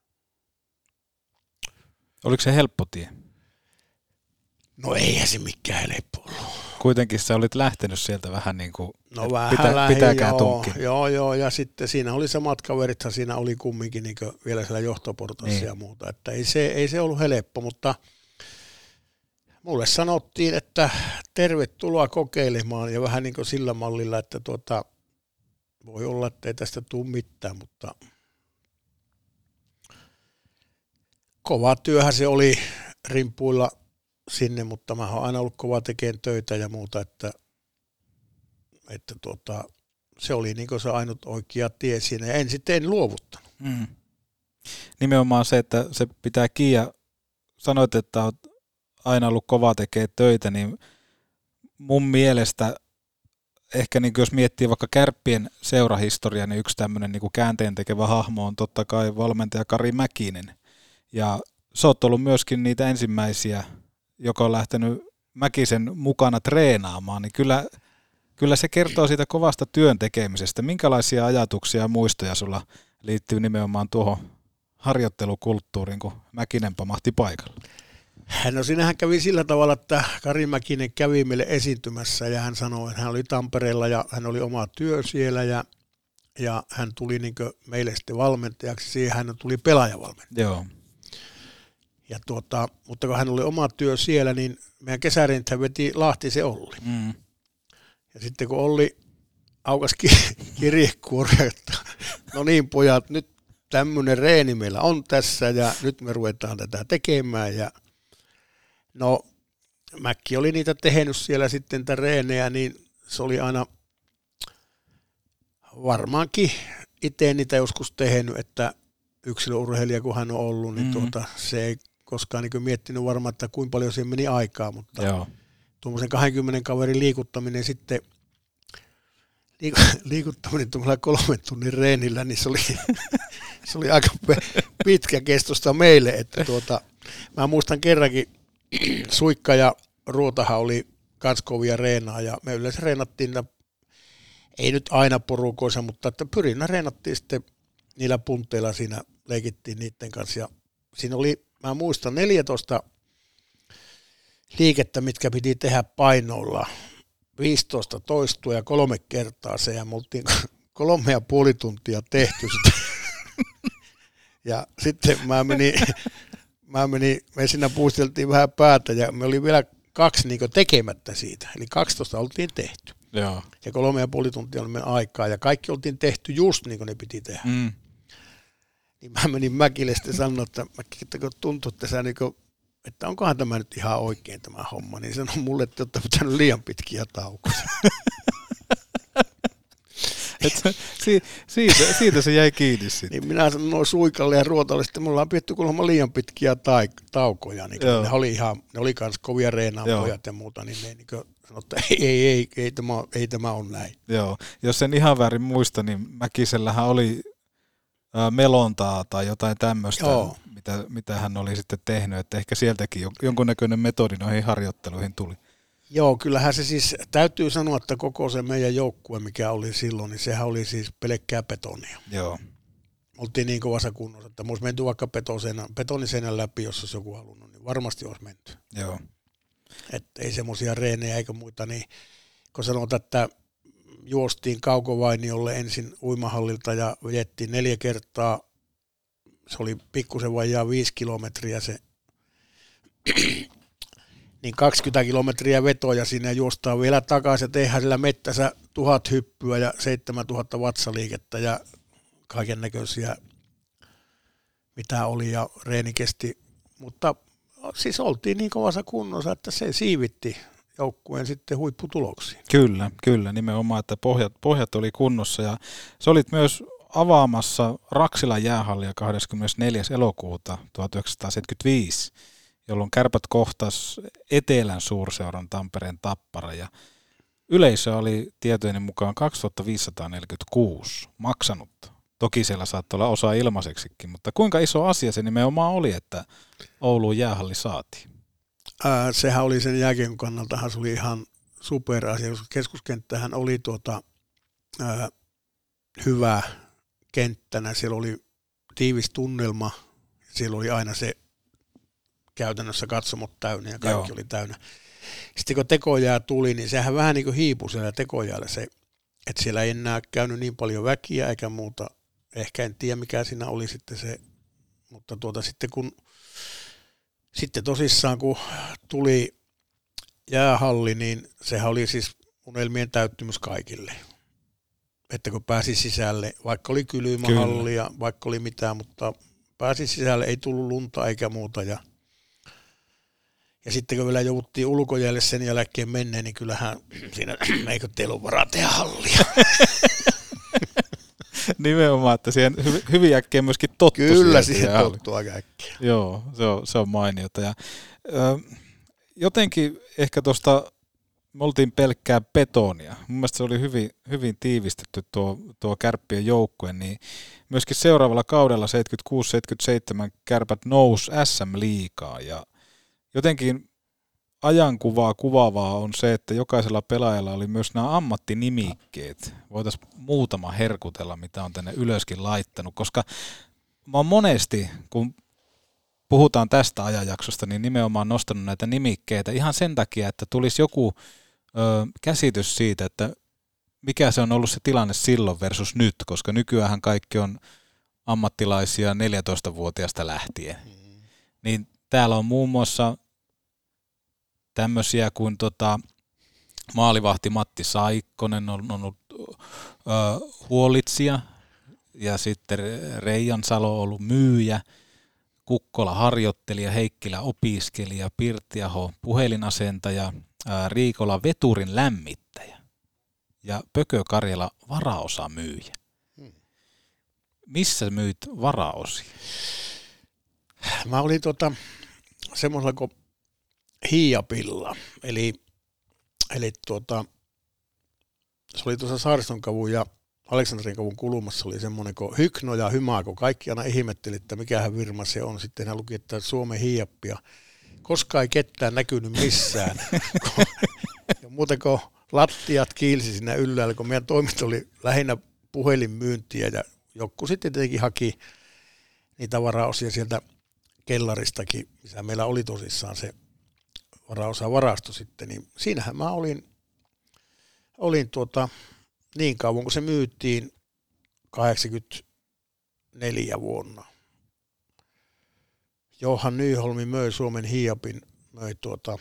Oliko se helppo tie? No eihän se mikään helppo ollut. Kuitenkin sä olit lähtenyt sieltä vähän niin kuin, no vähän pitä, lähin, pitäkää joo, tunkki. Joo, joo, ja sitten siinä oli samat kaverithan, siinä oli kumminkin niin vielä siellä johtoportassa niin. Ja muuta. Että ei se, ei se ollut helppo, mutta mulle sanottiin, että tervetuloa kokeilemaan ja vähän niin kuin sillä mallilla, että tuota, voi olla, että ei tästä tule mitään, mutta kova työhän se oli rimpuilla sinne, mutta mä oon aina ollut kova tekemään töitä ja muuta, että, että tuota, se oli niin kuin se ainut oikea tie siinä ja en sitten en luovuttanut. Mm. Nimenomaan se, että se pitää kiinni ja sanoit, että olet aina ollut kova tekemään töitä, niin mun mielestä ehkä niin jos miettii vaikka Kärppien seurahistoriaa, niin yksi tämmöinen niin käänteen tekevä hahmo on totta kai valmentaja Kari Mäkinen. Ja sä oot ollut myöskin niitä ensimmäisiä, joka on lähtenyt Mäkisen mukana treenaamaan, niin kyllä, kyllä se kertoo siitä kovasta työn tekemisestä. Minkälaisia ajatuksia ja muistoja sulla liittyy nimenomaan tuohon harjoittelukulttuuriin, kun Mäkinen pamahti paikalla? No siinähän kävi sillä tavalla, että Kari Mäkinen kävi meille esiintymässä ja hän sanoi, että hän oli Tampereella ja hän oli oma työ siellä ja, ja hän tuli niin meille sitten valmentajaksi, siihen hän tuli pelaajavalmentaja. Joo. Ja tuota, mutta kun hän oli oma työ siellä, niin meidän kesärinthän veti Lahtisen Olli. Mm. Ja sitten kun Olli aukas kirjekuoria, että no niin pojat, nyt tämmöinen reeni meillä on tässä ja nyt me ruvetaan tätä tekemään ja no, Mäkki oli niitä tehnyt siellä sitten niitä reenejä, niin se oli aina varmaankin itse niitä joskus tehnyt, että yksilöurheilija kun hän on ollut, niin mm-hmm. tuota, se ei koskaan niin miettinyt varmaan, että kuinka paljon siihen meni aikaa, mutta joo. Tuommoisen kahdenkymmenen kaverin liikuttaminen sitten, liik- liikuttaminen tuollaisella kolmen tunnin reenillä, niin se oli, se oli aika pitkä kestosta meille, että tuota, mä muistan kerrankin, Suikka ja Ruotahan oli kans kovia reenaa ja me yleensä reenattiin, ei nyt aina porukoissa, mutta että pyrinnä reenattiin sitten niillä punteilla siinä, leikittiin niiden kanssa ja siinä oli, mä muistan neljätoista liikettä, mitkä piti tehdä painolla, viisitoista toistua ja kolme kertaa se ja me oltiin kolme ja puoli tuntia tehty sitä ja sitten mä menin Mä menin, me siinä puisteltiin vähän päätä ja me oli vielä kaksi niin tekemättä siitä, eli kaksitoista oltiin tehty. Joo. Ja kolme ja puoli tuntia oli aikaa ja kaikki oltiin tehty just niin kuin ne piti tehdä. Mm. Niin mä menin Mäkille sitten sanoa, että Mäkki, kun tuntuu, että, sä niin kuin, että onkohan tämä nyt ihan oikein tämä homma, niin sanoi mulle, että olette pitänyt liian pitkiä taukoja. si, siitä, siitä se jäi kiinni sitten. Niin minä sanoin Suikalle ja Ruotalle, että me ollaan pidetty kuulemma liian pitkiä tai, taukoja. Niin ne oli ihan, ne oli kans kovia reenaapojat ja muuta, niin ne niin sanoi, että ei, ei, ei, ei, tämä, ei tämä on näin. Joo, jos en ihan väärin muista, niin Mäkisellähän oli ää, melontaa tai jotain tämmöistä, mitä, mitä hän oli sitten tehnyt, että ehkä sieltäkin jonkunnäköinen metodi noihin harjoitteluihin tuli. Joo, kyllähän se siis, täytyy sanoa, että koko se meidän joukkue, mikä oli silloin, niin sehän oli siis pelkkää betonia. Joo. Oltiin niin kovassa kunnossa, että olisi menty vaikka betoniseinän läpi, jos olisi joku halunnut, niin varmasti olisi menty. Joo. Että ei semmoisia reenejä eikä muita, niin kun sanotaan, että juostiin Kaukovainiolle ensin uimahallilta ja vejettiin neljä kertaa, se oli pikkusen vajaa viisi kilometriä se, niin kaksikymmentä kilometriä vetoja sinne juostaan vielä takaisin ja tehdään sillä mettässä tuhat hyppyä ja seitsemäntuhatta vatsaliikettä ja kaiken näköisiä mitä oli ja reeni kesti, mutta siis oltiin niin kovassa kunnossa, että se siivitti joukkueen sitten huipputuloksiin. Kyllä, kyllä, nimenomaan, että pohjat, pohjat oli kunnossa ja sä olit myös avaamassa Raksilan jäähallia kahdeskymmenesneljäs elokuuta tuhatyhdeksänsataaseitsemänkymmentäviisi, jolloin Kärpät kohtas Etelän suurseuran Tampereen Tappara ja yleisö oli tietojeni mukaan kaksituhattaviisisataaneljäkymmentäkuusi maksanutta. Toki siellä saattoi olla osa ilmaiseksikin, mutta kuinka iso asia se nimenomaan oli, että Ouluun jäähalli saatiin? Ää, sehän oli sen jääkiekon kannaltahan se oli ihan superasia, koska keskuskenttähän oli tuota, ää, hyvä kenttänä, siellä oli tiivis tunnelma, siellä oli aina se käytännössä katsomot täynnä ja kaikki Joo. oli täynnä. Sitten kun tekojää tuli, niin sehän vähän niin kuin hiipui siellä tekojäällä se, että siellä ei enää käynyt niin paljon väkiä eikä muuta. Ehkä en tiedä mikä siinä oli sitten se, mutta tuota sitten kun, sitten tosissaan kun tuli jäähalli, niin sehän oli siis unelmien täyttymys kaikille. Että kun pääsi sisälle, vaikka oli kylmähalli ja vaikka oli mitään, mutta pääsi sisälle, ei tullut lunta eikä muuta ja Ja sitten kun vielä jouduttiin ulkojäälle sen jälkeen menneen, niin kyllähän siinä, eikö teillä ole varaa tehdä hallia? Nimenomaan, että siihen hy- hyvin äkkiä myöskin tottu. Kyllä, siihen tottuu aika äkkiä. Joo, se on, se on mainiota. Ja, ö, jotenkin ehkä tuosta, me oltiin pelkkää betonia. Mun mielestä se oli hyvin, hyvin tiivistetty tuo, tuo Kärppien joukkue, niin myöskin seuraavalla kaudella seitsemänkymmentäkuusi seitsemänkymmentäseitsemän Kärpät nousi S M-liigaa ja jotenkin ajankuvaa kuvaavaa on se, että jokaisella pelaajalla oli myös nämä ammattinimikkeet. Voitaisiin muutama herkutella, mitä on tänne ylöskin laittanut, koska mä oon monesti, kun puhutaan tästä ajanjaksosta, niin nimenomaan nostanut näitä nimikkeitä ihan sen takia, että tulisi joku ö, käsitys siitä, että mikä se on ollut se tilanne silloin versus nyt, koska nykyään kaikki on ammattilaisia neljätoistavuotiaasta lähtien. Niin täällä on muun muassa tämmöisiä kuin tota, maalivahti Matti Saikkonen on, on ollut ö, huolitsija ja sitten Reijan Salo on ollut myyjä, Kukkola harjoittelija, Heikkilä opiskelija, Pirttiaho puhelinasentaja, ää, Riikola veturin lämmittäjä ja Pökö Karjala varaosa myyjä. Missä myyt varaosia? Mä olin tota, semmoisella kuin Hiiapilla, eli, eli tuota, se oli tuossa Saaristonkavun ja Aleksandrinkavun kulmassa oli semmoinen kuin Hykno ja Hyma, kun kaikki aina ihmetteli, että mikähän firma se on. Sitten hän luki, että Suomen Hiiappia. Koskaan ei ketään näkynyt missään. Ja muuten kun lattiat kiilsi siinä ylhäällä, kun meidän toimisto oli lähinnä puhelinmyyntiä ja joku sitten tietenkin haki niitä varaosia sieltä kellaristakin, missä meillä oli tosissaan se varaosa varasto sitten, niin siinähän mä olin, olin tuota, niin kauan kun se myytiin kahdeksankymmentäneljä vuonna. Johan Nyholmi möi Suomen Hiiapin, möi tuota,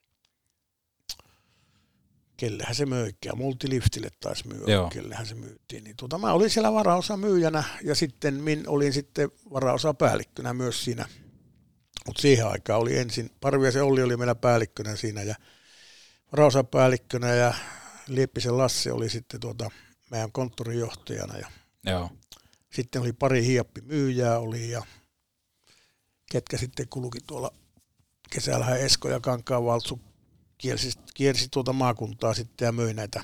kellehän se möikään, Multiliftille taisi myydä, Joo. kellehän se myytiin. Niin tuota, mä olin siellä varaosa myyjänä ja sitten min olin sitten varaosa päällikkönä myös siinä. Mutta siihen aikaan oli ensin, Parviaisen Olli oli meillä päällikkönä siinä ja varaosa päällikkönä ja Lieppisen Lasse oli sitten tuota meidän konttorijohtajana. Ja Joo. sitten oli pari hieppimyyjää oli ja ketkä sitten kulki tuolla kesällähän Esko ja Kankaanvaltsu kiersi, kiersi tuota maakuntaa sitten ja möi näitä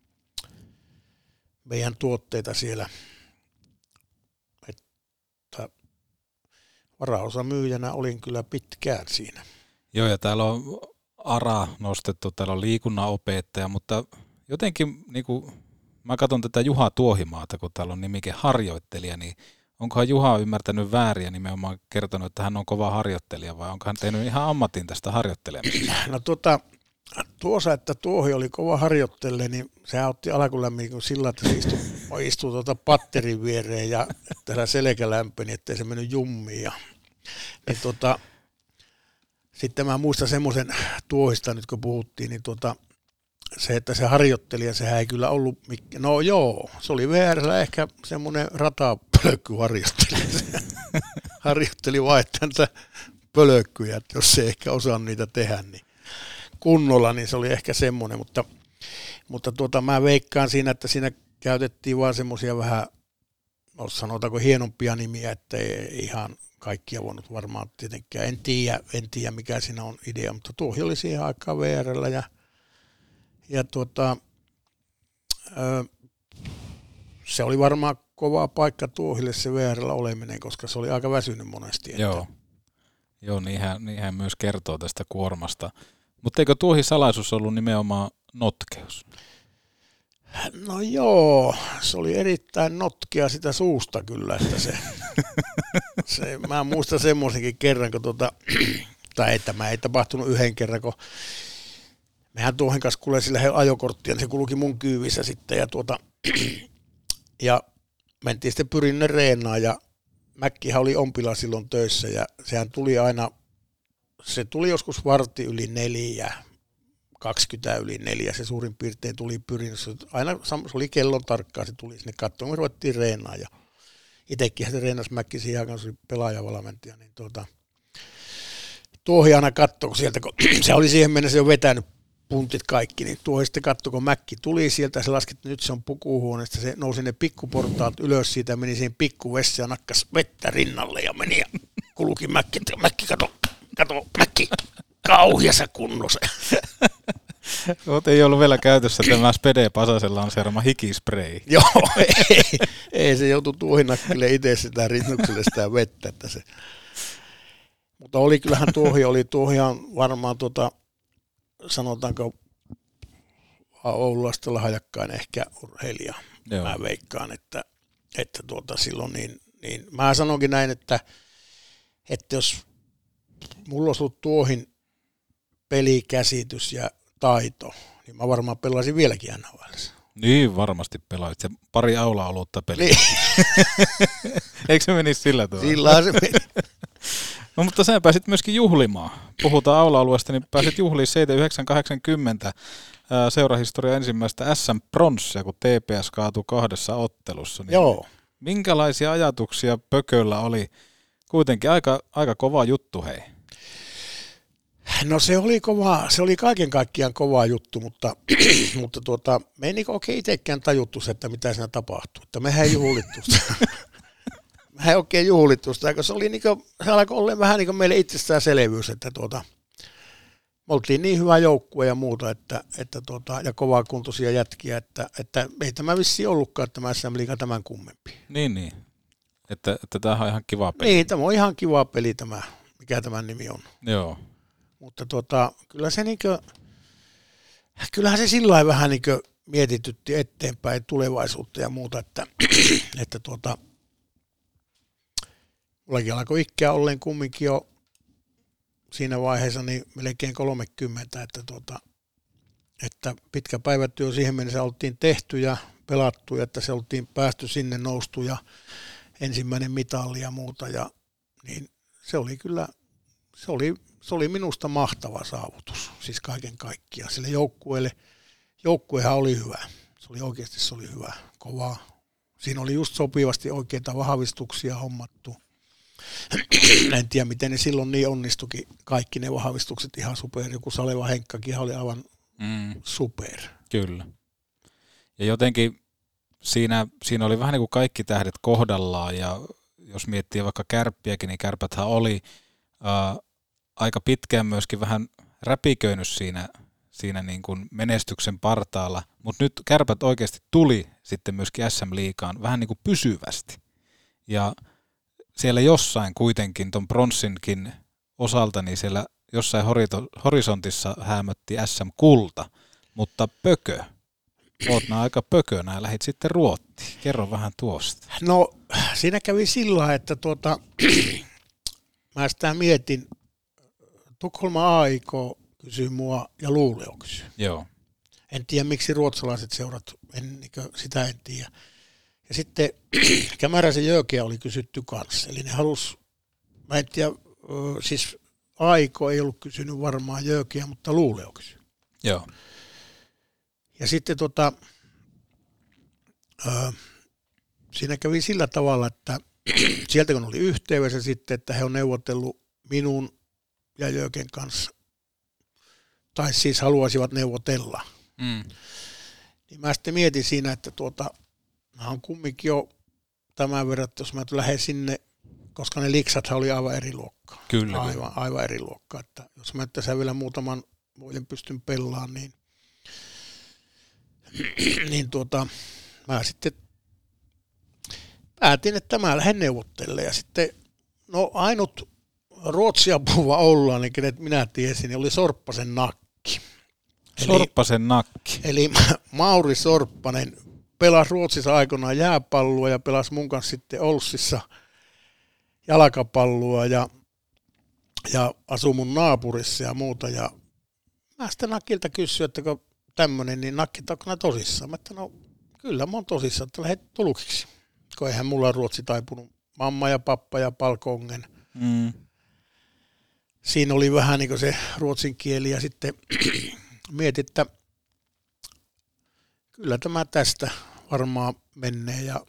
meidän tuotteita siellä. Että varaosamyyjänä olin kyllä pitkään siinä. Joo, ja täällä on Ara nostettu, täällä on liikunnanopettaja, mutta jotenkin niin kuin, mä katson tätä Juha Tuohimaata, kun täällä on nimike harjoittelija, niin onkohan Juha ymmärtänyt väärin ja nimenomaan kertonut, että hän on kova harjoittelija, vai onko hän tehnyt ihan ammatin tästä harjoittelemisesta? No tuota, tuossa, että Tuohi oli kova harjoittelija, niin sehän otti alkulämmin sillä, että se istui, istui tuota patterin viereen ja täällä selkä lämpeni, ettei se mennyt jummiin. Ja, niin tuota, sitten mä muistan semmoisen Tuohista nyt kun puhuttiin, niin tuota, se, että se harjoittelija, sehän ei kyllä ollut, mikään. No joo, se oli V R:llä ehkä semmoinen ratapölkkyharjoittelija. Harjoitteli vaihtansa pölkkyjä, että jos se ehkä osaa niitä tehdä niin kunnolla, niin se oli ehkä semmoinen, mutta, mutta tuota, mä veikkaan siinä, että siinä käytettiin vaan semmoisia vähän, no sanotaanko hienompia nimiä, että ei ihan kaikkia voinut varmaan tietenkään, en tiedä, en tiedä mikä siinä on idea, mutta Tuohi oli siihen aikaan V R:llä ja Ja tuota, se oli varmaan kova paikka Tuohille se V R:llä oleminen, koska se oli aika väsynyt monesti. Että. Joo, Joo niin, hän, niin hän myös kertoo tästä kuormasta. Mutta eikö Tuohin salaisuus ollut nimenomaan notkeus? No joo, se oli erittäin notkea sitä suusta kyllä. Että se, se, mä muistan semmoisenkin kerran, kun tuota, tai että mä ei tapahtunut yhden kerran, kun mehän Tuohen kanssa kuulee sillä ajokorttia, niin se kulki mun kyyvissä sitten ja, tuota, ja mentiin sitten Pyrinne reenaan ja Mäkkihän oli ompila silloin töissä ja sehän tuli aina, se tuli joskus vartti yli neljä, kaksikymmentä yli neljä, se suurin piirtein tuli Pyrinnössä, aina se oli kellon tarkkaan, se tuli sinne katsomaan, me ruvettiin reenaan ja itsekin se reenasi Mäkki siihen aikaan, se oli pelaajavalmentaja, niin tuota, Tuohi aina katsoi, kun sieltä, kun se oli siihen mennessä jo vetänyt puntit kaikki, niin Tuohi sitten katsoi, kun Mäkki tuli sieltä, se laski, että nyt se on pukuhuoneesta, se nousi ne pikkuportaat ylös siitä, meni siihen pikkuvessaan ja nakkas vettä rinnalle ja meni ja kulki Mäkki, että Mäkki, kato, kato, Mäkki, kauhiassa kunnossa. Oot ei ollut vielä käytössä tämä Spede Pasasen lanseerama hikispray. Joo, ei, ei se joutui Tuohinakkille itse sitä rinnukselle sitä vettä, että se. Mutta oli kyllähän Tuohi, oli Tuohihan varmaan tuota, sanotaanko Oululaista lahjakkain ehkä urheilija. Joo. Mä veikkaan, että, että tuota silloin niin, niin, mä sanonkin näin, että, että jos mulla olisi ollut Tuohin pelikäsitys ja taito, niin mä varmaan pelaisin vieläkin N H L:ssä. Niin, varmasti pelaisit. Se pari aula-oluutta peliä. Niin. Eikö se menisi sillä tavalla? Sillä se meni. No mutta sä pääsit myöskin juhlimaan. Puhutaan aula-alueesta, niin pääsit juhlimaan seitsemänkymmentäyhdeksän kahdeksankymmentä seurahistorian ensimmäistä S M-pronssia, kun T P S kaatui kahdessa ottelussa. Niin joo. Minkälaisia ajatuksia Pököllä oli? Kuitenkin aika, aika kova juttu, hei. No se oli kova, se oli kaiken kaikkiaan kova juttu, mutta, mutta tuota, me ei niin oikein itsekään tajuttu se, että mitä siinä tapahtui. Että mehän ei juhlittu sitä. Mehän ei oikein juhlittu sitä, koska se, oli niin kuin, se alkoi olla vähän niin kuin meille itsestäänselvyys, että tuota, me oltiin niin hyvä joukkue ja muuta, että, että tuota, ja kovakuntoisia jätkiä, että, että ei tämä vissiin ollutkaan tämä S M-liiga tämän kummempi. Niin, niin. Että, että tämä on ihan kiva peli. Niin, tämä on ihan kiva peli tämä, mikä tämän nimi on. Joo. Mutta tuota, kyllä se niinkö, kyllähän se sillä lailla vähän niinkö mietitytti eteenpäin tulevaisuutta ja muuta, että, että tuota, mullakin alkoi ikää olleen kumminkin jo siinä vaiheessa niin melkein kolmekymmentä, että, tuota, että pitkä päivätyö siihen mennessä oltiin tehty ja pelattu, että se oltiin päästy sinne noustu ja ensimmäinen mitalli ja muuta, ja niin se oli kyllä, se oli, se oli minusta mahtava saavutus, siis kaiken kaikkiaan. Sille joukkueelle, joukkuehan oli hyvä, se oli oikeasti se oli hyvä, kova. Siinä oli just sopivasti oikeita vahvistuksia hommattu. En tiedä, miten ne silloin niin onnistukin, kaikki ne vahvistukset ihan super. Joku Saleva Henkkakin oli aivan mm. super. Kyllä. Ja jotenkin siinä, siinä oli vähän niin kuin kaikki tähdet kohdallaan, ja jos miettii vaikka Kärppiäkin, niin Kärpäthän oli ää, aika pitkään myöskin vähän räpiköinyt siinä, siinä niin kuin menestyksen partaalla, mutta nyt Kärpät oikeasti tuli sitten myöskin S M-liigaan vähän niin kuin pysyvästi. Ja siellä jossain kuitenkin ton bronssinkin osalta, niin siellä jossain horisontissa häämötti S M-kulta, mutta pökö. Oot nää aika pökönä ja lähdit sitten Ruottiin. Kerro vähän tuosta. No siinä kävi sillä, että tuota, mä sitä mietin. Tukholma A I K kysyi mua ja Luuleo kysyi. Joo. En tiedä miksi ruotsalaiset seurat, en, niin sitä en tiedä. Ja sitten Kämäräisen Jökeä oli kysytty kanssa. Eli ne halus, mä en tiedä, siis A I K ei ollut kysynyt varmaan Jökeä, mutta Luuleo kysyi. Joo. Ja sitten tota, ö, siinä kävi sillä tavalla, että sieltä kun oli yhteydessä sitten, että he on neuvotellut minun ja Jöken kanssa, tai siis haluaisivat neuvotella. Mm. Niin mä sitten mietin siinä, että tuota, mä oon kumminkin jo tämän verran, että jos mä lähden sinne, koska ne liksathan oli aivan eri luokkaa. Kyllä. Aivan, aivan eri luokkaa, että jos mä tässä vielä muutaman vuoden pystyn pelaamaan, niin niin tuota, mä sitten päätin, että mä lähden neuvottelemaan. Ja sitten, no ainut Ruotsia puhuva ollaan, niin kenet minä tiesin, niin oli Sorppasen nakki. Sorppasen eli, nakki. Eli Mauri Sorppanen pelasi Ruotsissa aikoinaan jääpalloa ja pelasi mun kanssa sitten Olssissa jalkapalloa ja, ja asui mun naapurissa ja muuta. Ja mä sitten nakilta kysyin, että kun tämmöinen, niin nakkitaanko nämä tosissaan? Mä että no kyllä mä oon tosissaan, että lähdet tulkiksi. Kun eihän mulla ruotsi taipunut. Mamma ja pappa ja palkongen. Mm. Siinä oli vähän niin kuin se ruotsin kieli ja sitten mietin, että kyllä tämä tästä varmaan menee. Ja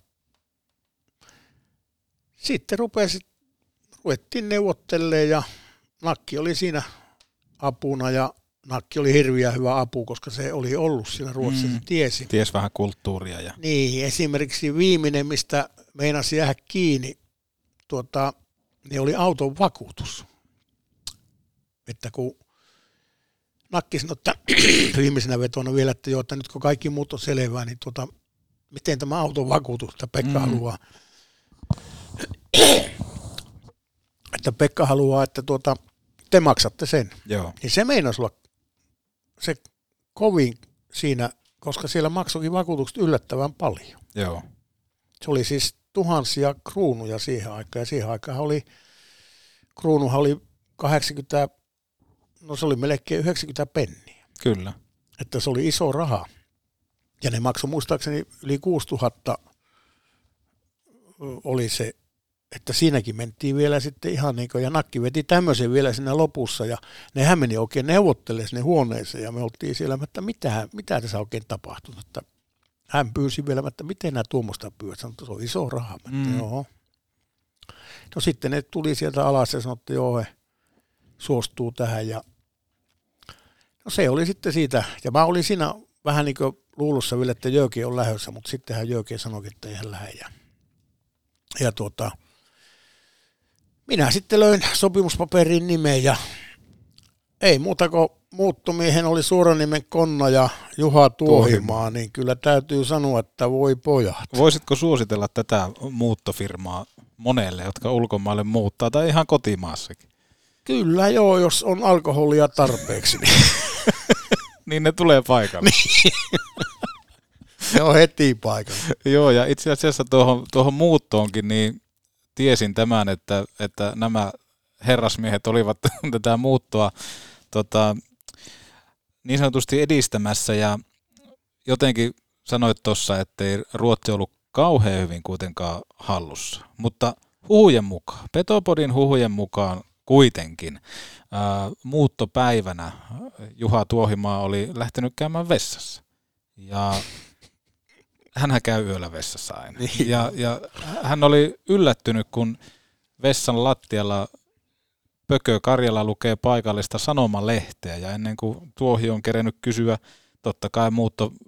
sitten rupesi, ruvettiin neuvottelemaan ja nakki oli siinä apuna ja nakki oli hirveän hyvä apu, koska se oli ollut siinä Ruotsissa, mm. tiesi. Ties vähän kulttuuria. Ja. Niin, esimerkiksi viimeinen, mistä meinasi jäädä kiinni, tuota, niin oli auton vakuutus. Että kun nakki sanoi, että viimeisenä vetona vielä, että joo, että nyt kun kaikki muut on selvää, niin tuota, miten tämä auton vakuutus, että Pekka mm. haluaa, että Pekka haluaa, että tuota, te maksatte sen. Joo. Niin se meinasi olla se kovin siinä, koska siellä maksoikin vakuutukset yllättävän paljon. Joo. Se oli siis tuhansia kruunuja siihen aikaan, ja siihen aikaan oli, kruunuhan oli kahdeksankymmentä, no se oli melkein yhdeksänkymmentä penniä. Kyllä. Että se oli iso raha. Ja ne maksoi muistaakseni yli kuusituhatta oli se, että siinäkin mentiin vielä sitten ihan niin kuin, ja nakki veti tämmöisen vielä siinä lopussa, ja nehän meni oikein neuvottelemaan sinne huoneeseen, ja me oltiin siellä, että mitä, mitä tässä oikein tapahtunut, että hän pyysi vielä, että miten nämä tuommoista pyydät, sanoi, että se on iso raha, että mm. joo. No sitten ne tuli sieltä alas ja sanoi, että joo, he suostuu tähän, ja no se oli sitten siitä, ja mä olin siinä vähän niin kuin luulussa vielä, että Jöki on lähdössä, mutta sittenhän Jöki sanoi, että ei hän lähde, ja, ja tuota, minä sitten löin sopimuspaperin nimen ja ei muuta kuin muuttomiehen oli suoran nimen Konna ja Juha Tuohimaa, niin kyllä täytyy sanoa, että voi pojat. Voisitko suositella tätä muuttofirmaa monelle, jotka ulkomaille muuttaa tai ihan kotimaassakin? Kyllä joo, jos on alkoholia tarpeeksi. Niin, niin ne tulee paikalle. Niin. Ne on heti paikalla. Joo, ja itse asiassa tuohon, tuohon muuttoonkin, niin tiesin tämän, että, että nämä herrasmiehet olivat tätä muuttoa tota, niin sanotusti edistämässä, ja jotenkin sanoit tuossa, ettei Ruotsi ollut kauhean hyvin kuitenkaan hallussa, mutta huhujen mukaan, Petopodin huhujen mukaan kuitenkin ää, muuttopäivänä Juha Tuohimaa oli lähtenyt käymään vessassa, ja hänhän käy yöllä vessassa aina. Niin. Ja, ja hän oli yllättynyt, kun vessan lattialla Pökö Karjala lukee paikallista sanomalehteä, ja ennen kuin Tuohi on kerennyt kysyä, totta kai muutto,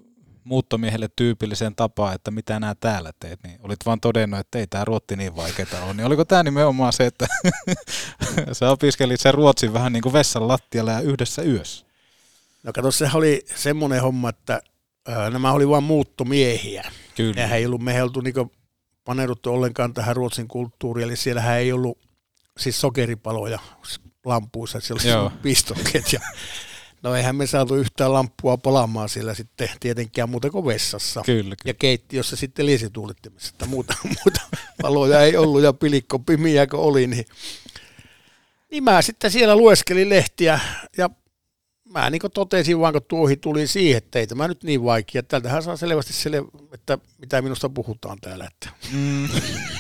muuttomiehelle tyypilliseen tapaan, että mitä nää täällä teet, niin olit vaan todennut, että ei tää Ruotti niin vaikeeta ole. Niin oliko tää nimenomaan se, että sä opiskelit sen Ruotsin vähän niin kuin vessan lattialla ja yhdessä yössä? No kato, sehän oli semmoinen homma, että ää, nämä oli vaan muuttomiehiä. Kyllä. Nehän ei ollut, mehän ei oltu niinku paneuduttu ollenkaan tähän Ruotsin kulttuuriin, eli siellähän ei ollut siis sokeripaloja lampuissa, siellä oli pistokkeet ja no eihän me saatu yhtään lamppua palamaan siellä sitten tietenkään muuta kuin vessassa. Kyllä, kyllä. Ja keittiössä sitten liesituulittimessa, että muuta, muuta valoja ei ollut ja pilikko pimiä kun oli, niin, niin mä sitten siellä lueskelin lehtiä ja mä niin kuin totesin vaan, kun tuohi tuli siihen, että ei tämä nyt niin vaikea. Täältähän saa selvästi sille, että mitä minusta puhutaan täällä. Että. Mm.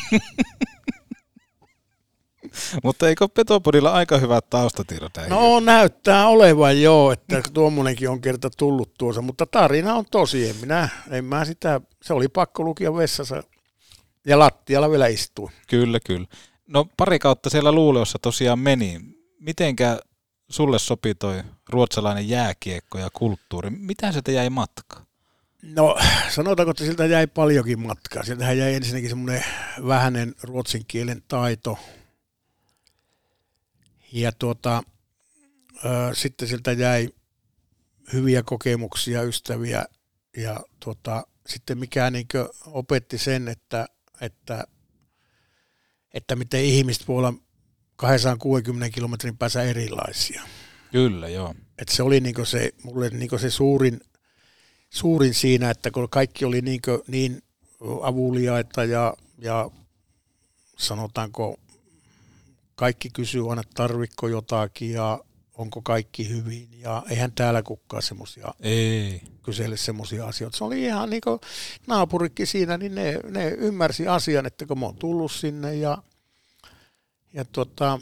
Mutta eikö Petopodilla aika hyvät taustatiedot? No näyttää olevan joo, että tuommoinenkin on kerta tullut tuossa, mutta tarina on tosi, en minä, en mä sitä, se oli pakko lukia vessassa ja lattialla vielä istui. Kyllä, kyllä. No pari kautta siellä Luuleåssa tosiaan meni. Mitenkä sulle sopi toi ruotsalainen jääkiekko ja kulttuuri? Mitä sieltä jäi matkaan? No sanotaanko, että siltä jäi paljonkin matkaa. Sieltähän jäi ensinnäkin semmoinen vähäinen ruotsin kielen taito. Ja tuota, ö, sitten siltä jäi hyviä kokemuksia, ystäviä ja tuota, sitten mikä niinkö opetti sen, että, että, että miten ihmiset voi olla kaksisataakuusikymmentä kilometrin päässä erilaisia. Kyllä, joo. Et se oli niinkö se, mulle niinkö se suurin, suurin siinä, että kun kaikki oli niinkö niin avuliaita ja, ja sanotaanko, kaikki kysyy aina, tarvitko jotakin ja onko kaikki hyvin. Ja eihän täällä kukaan semmoisia kysele semmoisia asioita. Se oli ihan niin kuin naapurikin siinä, niin ne, ne ymmärsi asian, että kun mä oon tullut sinne ja, ja tota,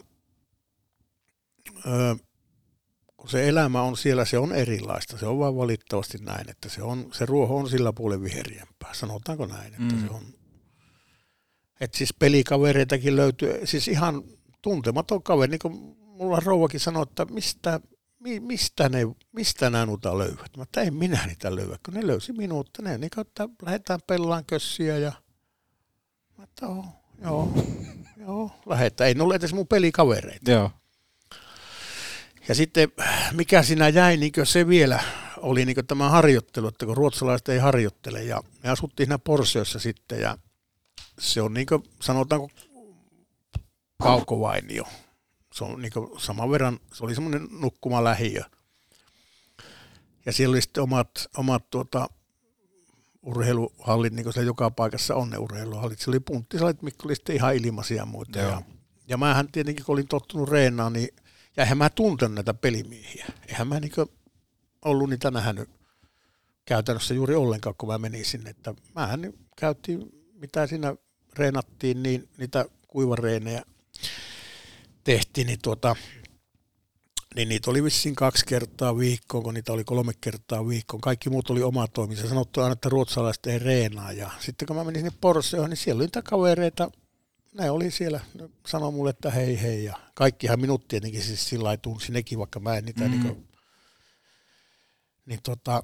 ö, kun se elämä on siellä, se on erilaista. Se on vaan valitettavasti näin, että se, on, se ruoho on sillä puolen viheriämpää. Sanotaanko näin, että mm. se on. Että siis pelikavereitakin löytyy, siis ihan tuntematon kaveri, niin kuin mulla rouvakin sanoi, että mistä, mistä, ne, mistä nämä nuta löydät. Mä että en minä niitä löydä, kun ne löysi minut. Ne niin kuin, että lähdetään pellaan kössiä ja mä että joo, joo, joo, lähdetään. Ei ne ole edes mun pelikavereita. Joo. Ja sitten mikä siinä jäi, niin se vielä oli niin tämä harjoittelu, että kun ruotsalaiset ei harjoittele ja me asuttiin siinä Porseossa sitten ja se on niin kuin sanotaanko Kaukovainio. Se on niin kuin saman verran, se oli semmoinen nukkumalähiö. Ja siellä oli sitten omat, omat tuota, urheiluhallit, niin kuin siellä joka paikassa on ne urheiluhallit. Siellä oli punttisalit, mitkä oli sitten ihan ilmaisia ja muita. Ja, ja mähän tietenkin, kun olin tottunut reenaan, niin ja eihän mä tuntenut näitä pelimiehiä. Eihän mä niin kuin ollut niitä nähnyt käytännössä juuri ollenkaan, kun mä menin sinne. Että mähän käytiin, mitä siinä reenattiin, niin niitä kuivareenejä tehtiin, niin, tuota, niin niitä oli vissiin kaksi kertaa viikkoon, kun niitä oli kolme kertaa viikkoon. Kaikki muut oli oma toimissa. Sanottu aina, että ruotsalaiset ei reenaa. Ja sitten kun mä menin sinne Porseoon, niin siellä oli niitä kavereita. Ne oli siellä, ne sanoi mulle, että hei hei. Ja kaikkihan minut tietenkin siis sillä lailla tunsi nekin, vaikka mä en niitä mm. niin, kuin, niin tota...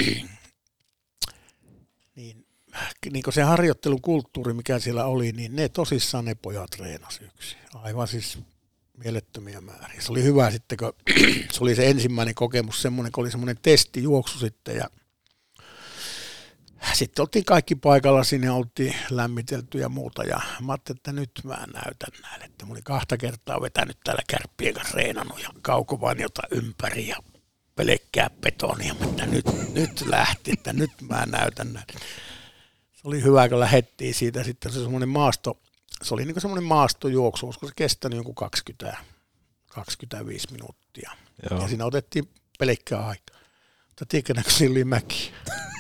niin, niin kuin se harjoittelun kulttuuri, mikä siellä oli, niin ne tosissaan ne pojat treenasi yksin. Aivan siis mielettömiä määriä. Se oli hyvä sitten, kun se oli se ensimmäinen kokemus, semmoinen, kun oli semmoinen testijuoksu sitten. Ja sitten oltiin kaikki paikalla, sinne oltiin lämmitelty ja muuta. Ja mä ajattelin, että nyt mä näytän näille. Että mä olin kahta kertaa vetänyt täällä kärppien kanssa reenannut ja Kaukovainiota ympäri ja pelkkää betonia. Mutta nyt, nyt lähti, että nyt mä näytän näille. Se oli hyvä, kun lähdettiin siitä sitten se semmoinen maasto, se oli niin semmoinen maastojuoksu, olisiko se kestänyt jonkun kaksikymmentä kaksikymmentäviisi minuuttia. Joo. Ja siinä otettiin pelkkää aikaa. Mutta tiedätkö, kun siinä oli mäki.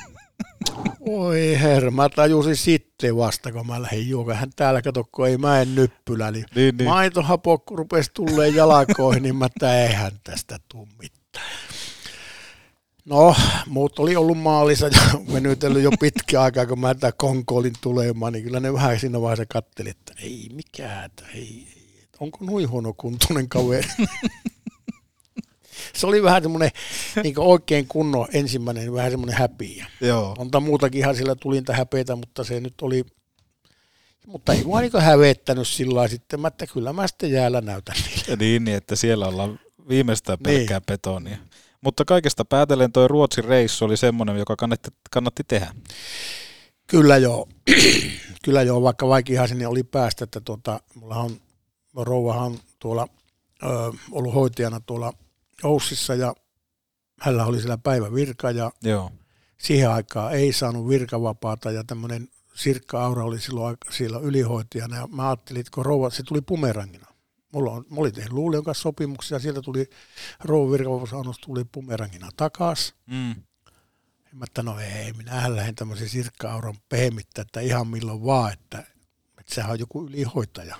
Oi herra, mä tajusin sitten vasta, kun mä lähdin juomaan. Hän täällä kato, kun ei mä en nyppylä, niin, niin, niin. maitohapokku rupesi tulleen jalkoihin, niin mä että eihän tästä tule mitään. No, muut oli ollut maalissa ja venytellyt jo pitkä aikaa, kun mä tätä konkoolin tulemaan, niin kyllä ne vähän siinä vaiheessa katteli, että ei mikään, ei, ei, onko noin huono kuntoinen kaveri. Se oli vähän semmoinen niin oikein kunnon ensimmäinen, vähän semmoinen häpiä. Joo. Monta muutakin ihan sillä tuli niitä häpeitä, mutta se nyt oli, mutta ei mua niin hävettänyt sillä lailla sitten, että kyllä mä sitten jäällä näytän niille. Niin, niin, että siellä ollaan viimeistään pelkkää niin. betonia. Mutta kaikesta päätellen toi Ruotsin reissu oli semmoinen, joka kannatti, kannatti tehdä. Kyllä joo. Kyllä joo, vaikka vaikeahan sinne oli päästä, että tuota, mulla on, rouvahan on tuolla ö, ollut hoitajana tuolla Oussissa ja hänellä oli siellä päivävirka ja joo. Siihen aikaan ei saanut virkavapaata ja tämmöinen Sirkka Aura oli silloin siellä ylihoitajana ja mä ajattelin, että kun rouva, se tuli bumerangina. Mulla on, mä olin tehnyt Luulion kanssa sopimuksia ja sieltä tuli rouvan virkavapausannos tuli bumerangina takas. Mm. Mä että no ei, minähän lähden tämmöisen Sirkka Auran pehmittää, että ihan milloin vaan, että, että sehän on joku ylihoitaja.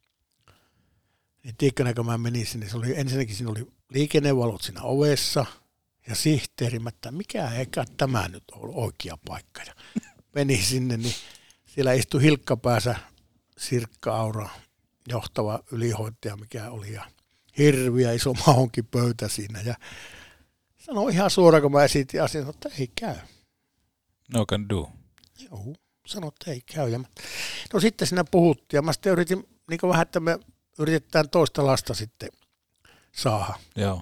Niin tiikkönä, kun mä menin sinne, se oli, ensinnäkin siinä oli liikennevalot siinä ovessa ja sihteeri, mä että mikä eikä tämä nyt ollut oikea paikka. Ja menin sinne, niin siellä istui hilkkapäässä Sirkka Aura, johtava ylihoitaja, mikä oli, ja hirviä iso mahonkipöytä siinä, ja sanoi ihan suoraan, kun mä esitin asian, että ei käy. No can do. Joo, sanoi, että ei käy. Ja mä, no sitten siinä puhuttiin, ja mä sitten yritin, niin kuin vähän, että me yritetään toista lasta sitten saada. Joo.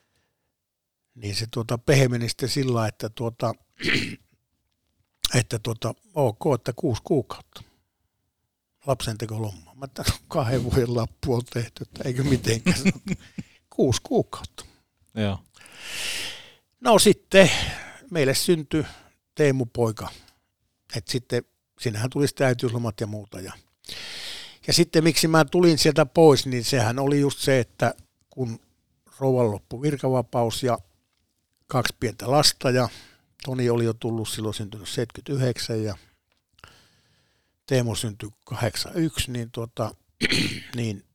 Niin se tuota pehmeni sitten sillä, että tuota, että tuota, ok, että kuusi kuukautta. Lapsentekolommaa. Mä tämän kahden vuoden lappu on tehty, että eikö mitenkään. Kuusi kuukautta. Joo. No sitten meille syntyi Teemu-poika. Et sitten sinähän tuli sitten äitiyslomat ja muuta. Ja, ja sitten miksi mä tulin sieltä pois, niin sehän oli just se, että kun rouvan loppui virkavapaus ja kaksi pientä lasta ja Toni oli jo tullut silloin syntynyt seitsemänkymmentäyhdeksän ja Teemu syntyi kahdeksankymmentäyksi, niin, tuota, niin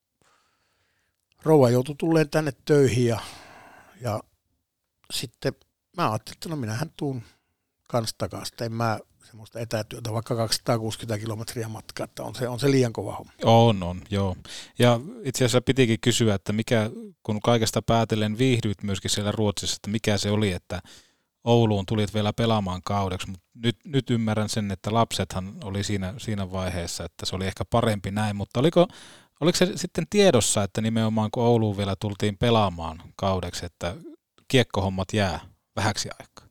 rouva joutui tulleen tänne töihin ja, ja sitten mä ajattelin, että no minähän tuun kans takaisin. En mä semmoista etätyötä, vaikka kaksisataakuusikymmentä kilometriä matkaa, että on se, on se liian kova homma. On, on, joo. Ja itse asiassa pitikin kysyä, että mikä, kun kaikesta päätellen viihdyit myöskin siellä Ruotsissa, että mikä se oli, että Ouluun tulit vielä pelaamaan kaudeksi, mutta nyt, nyt ymmärrän sen, että lapsethan oli siinä, siinä vaiheessa, että se oli ehkä parempi näin, mutta oliko, oliko se sitten tiedossa, että nimenomaan kun Ouluun vielä tultiin pelaamaan kaudeksi, että kiekkohommat jää vähäksi aikaa?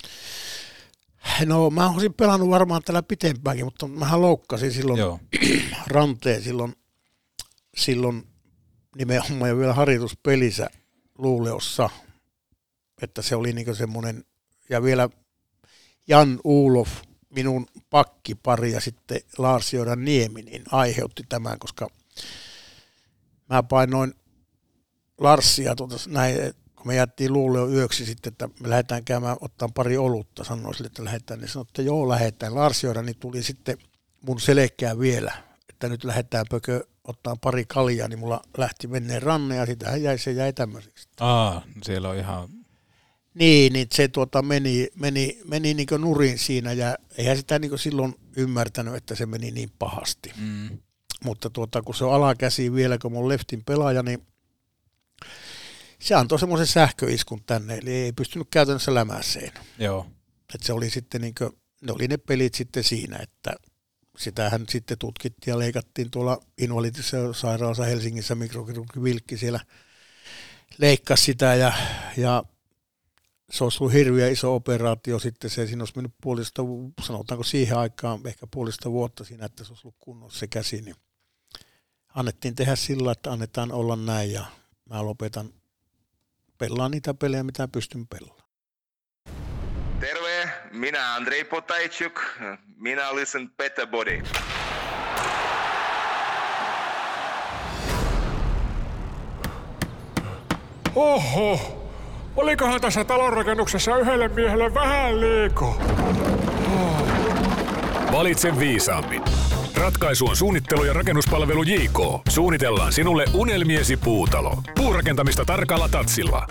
No mä olisin pelannut varmaan tällä pitempäänkin, mutta mähän loukkasin silloin Joo. ranteen silloin, silloin nimenomaan jo vielä harjoituspelissä Luuleossa, että se oli niinku semmoinen, ja vielä Jan Ulof, minun pakkipari ja sitten Lars Jordan Niemi, niin aiheutti tämän, koska mä painoin Larsia tuota, näin, kun me jättiin Luuleon yöksi sitten, että me lähdetään käymään ottaa pari olutta, sanoin sille, että lähdetään, niin sanoi, että joo, lähdetään. Lars Jordan niin tuli sitten mun selkeä vielä, että nyt lähdetään pökö ottaa pari kaljaa, niin mulla lähti menneen ranne ja sitähän jäi, se jäi tämmöiseksi. Aa, siellä on ihan... Niin, niin se tuota meni, meni, meni niin kuin nurin siinä ja eihän sitä niin kuin silloin ymmärtänyt, että se meni niin pahasti. Mm. Mutta tuota, kun se on alakäsi vielä, kun mun leftin pelaaja, niin se antoi semmoisen sähköiskun tänne, eli ei pystynyt käytännössä lämäseen. Joo. Että se oli sitten niin kuin, ne oli ne pelit sitten siinä, että sitähän sitten tutkittiin ja leikattiin tuolla Invalidisessa sairaalassa Helsingissä, mikrokirurgi Vilkki siellä leikkasi sitä ja, ja se olisi ollut hirveä iso operaatio sitten, se siinä olisi mennyt puolista, sanotaanko siihen aikaan, ehkä puolista vuotta siinä, että se olisi ollut kunnossa se käsi, niin annettiin tehdä sillä, että annetaan olla näin ja mä lopetan, pelaan niitä pelejä, mitä pystyn pelaamaan. Terve, minä Andrei Potajčuk, minä listen Better Body. Oho! Olikohan tässä talonrakennuksessa yhdelle miehelle vähän liikaa? Oh. Valitse viisaammin. Ratkaisu on suunnittelu- ja rakennuspalvelu J K. Suunnitellaan sinulle unelmiesi puutalo. Puurakentamista tarkalla tatsilla.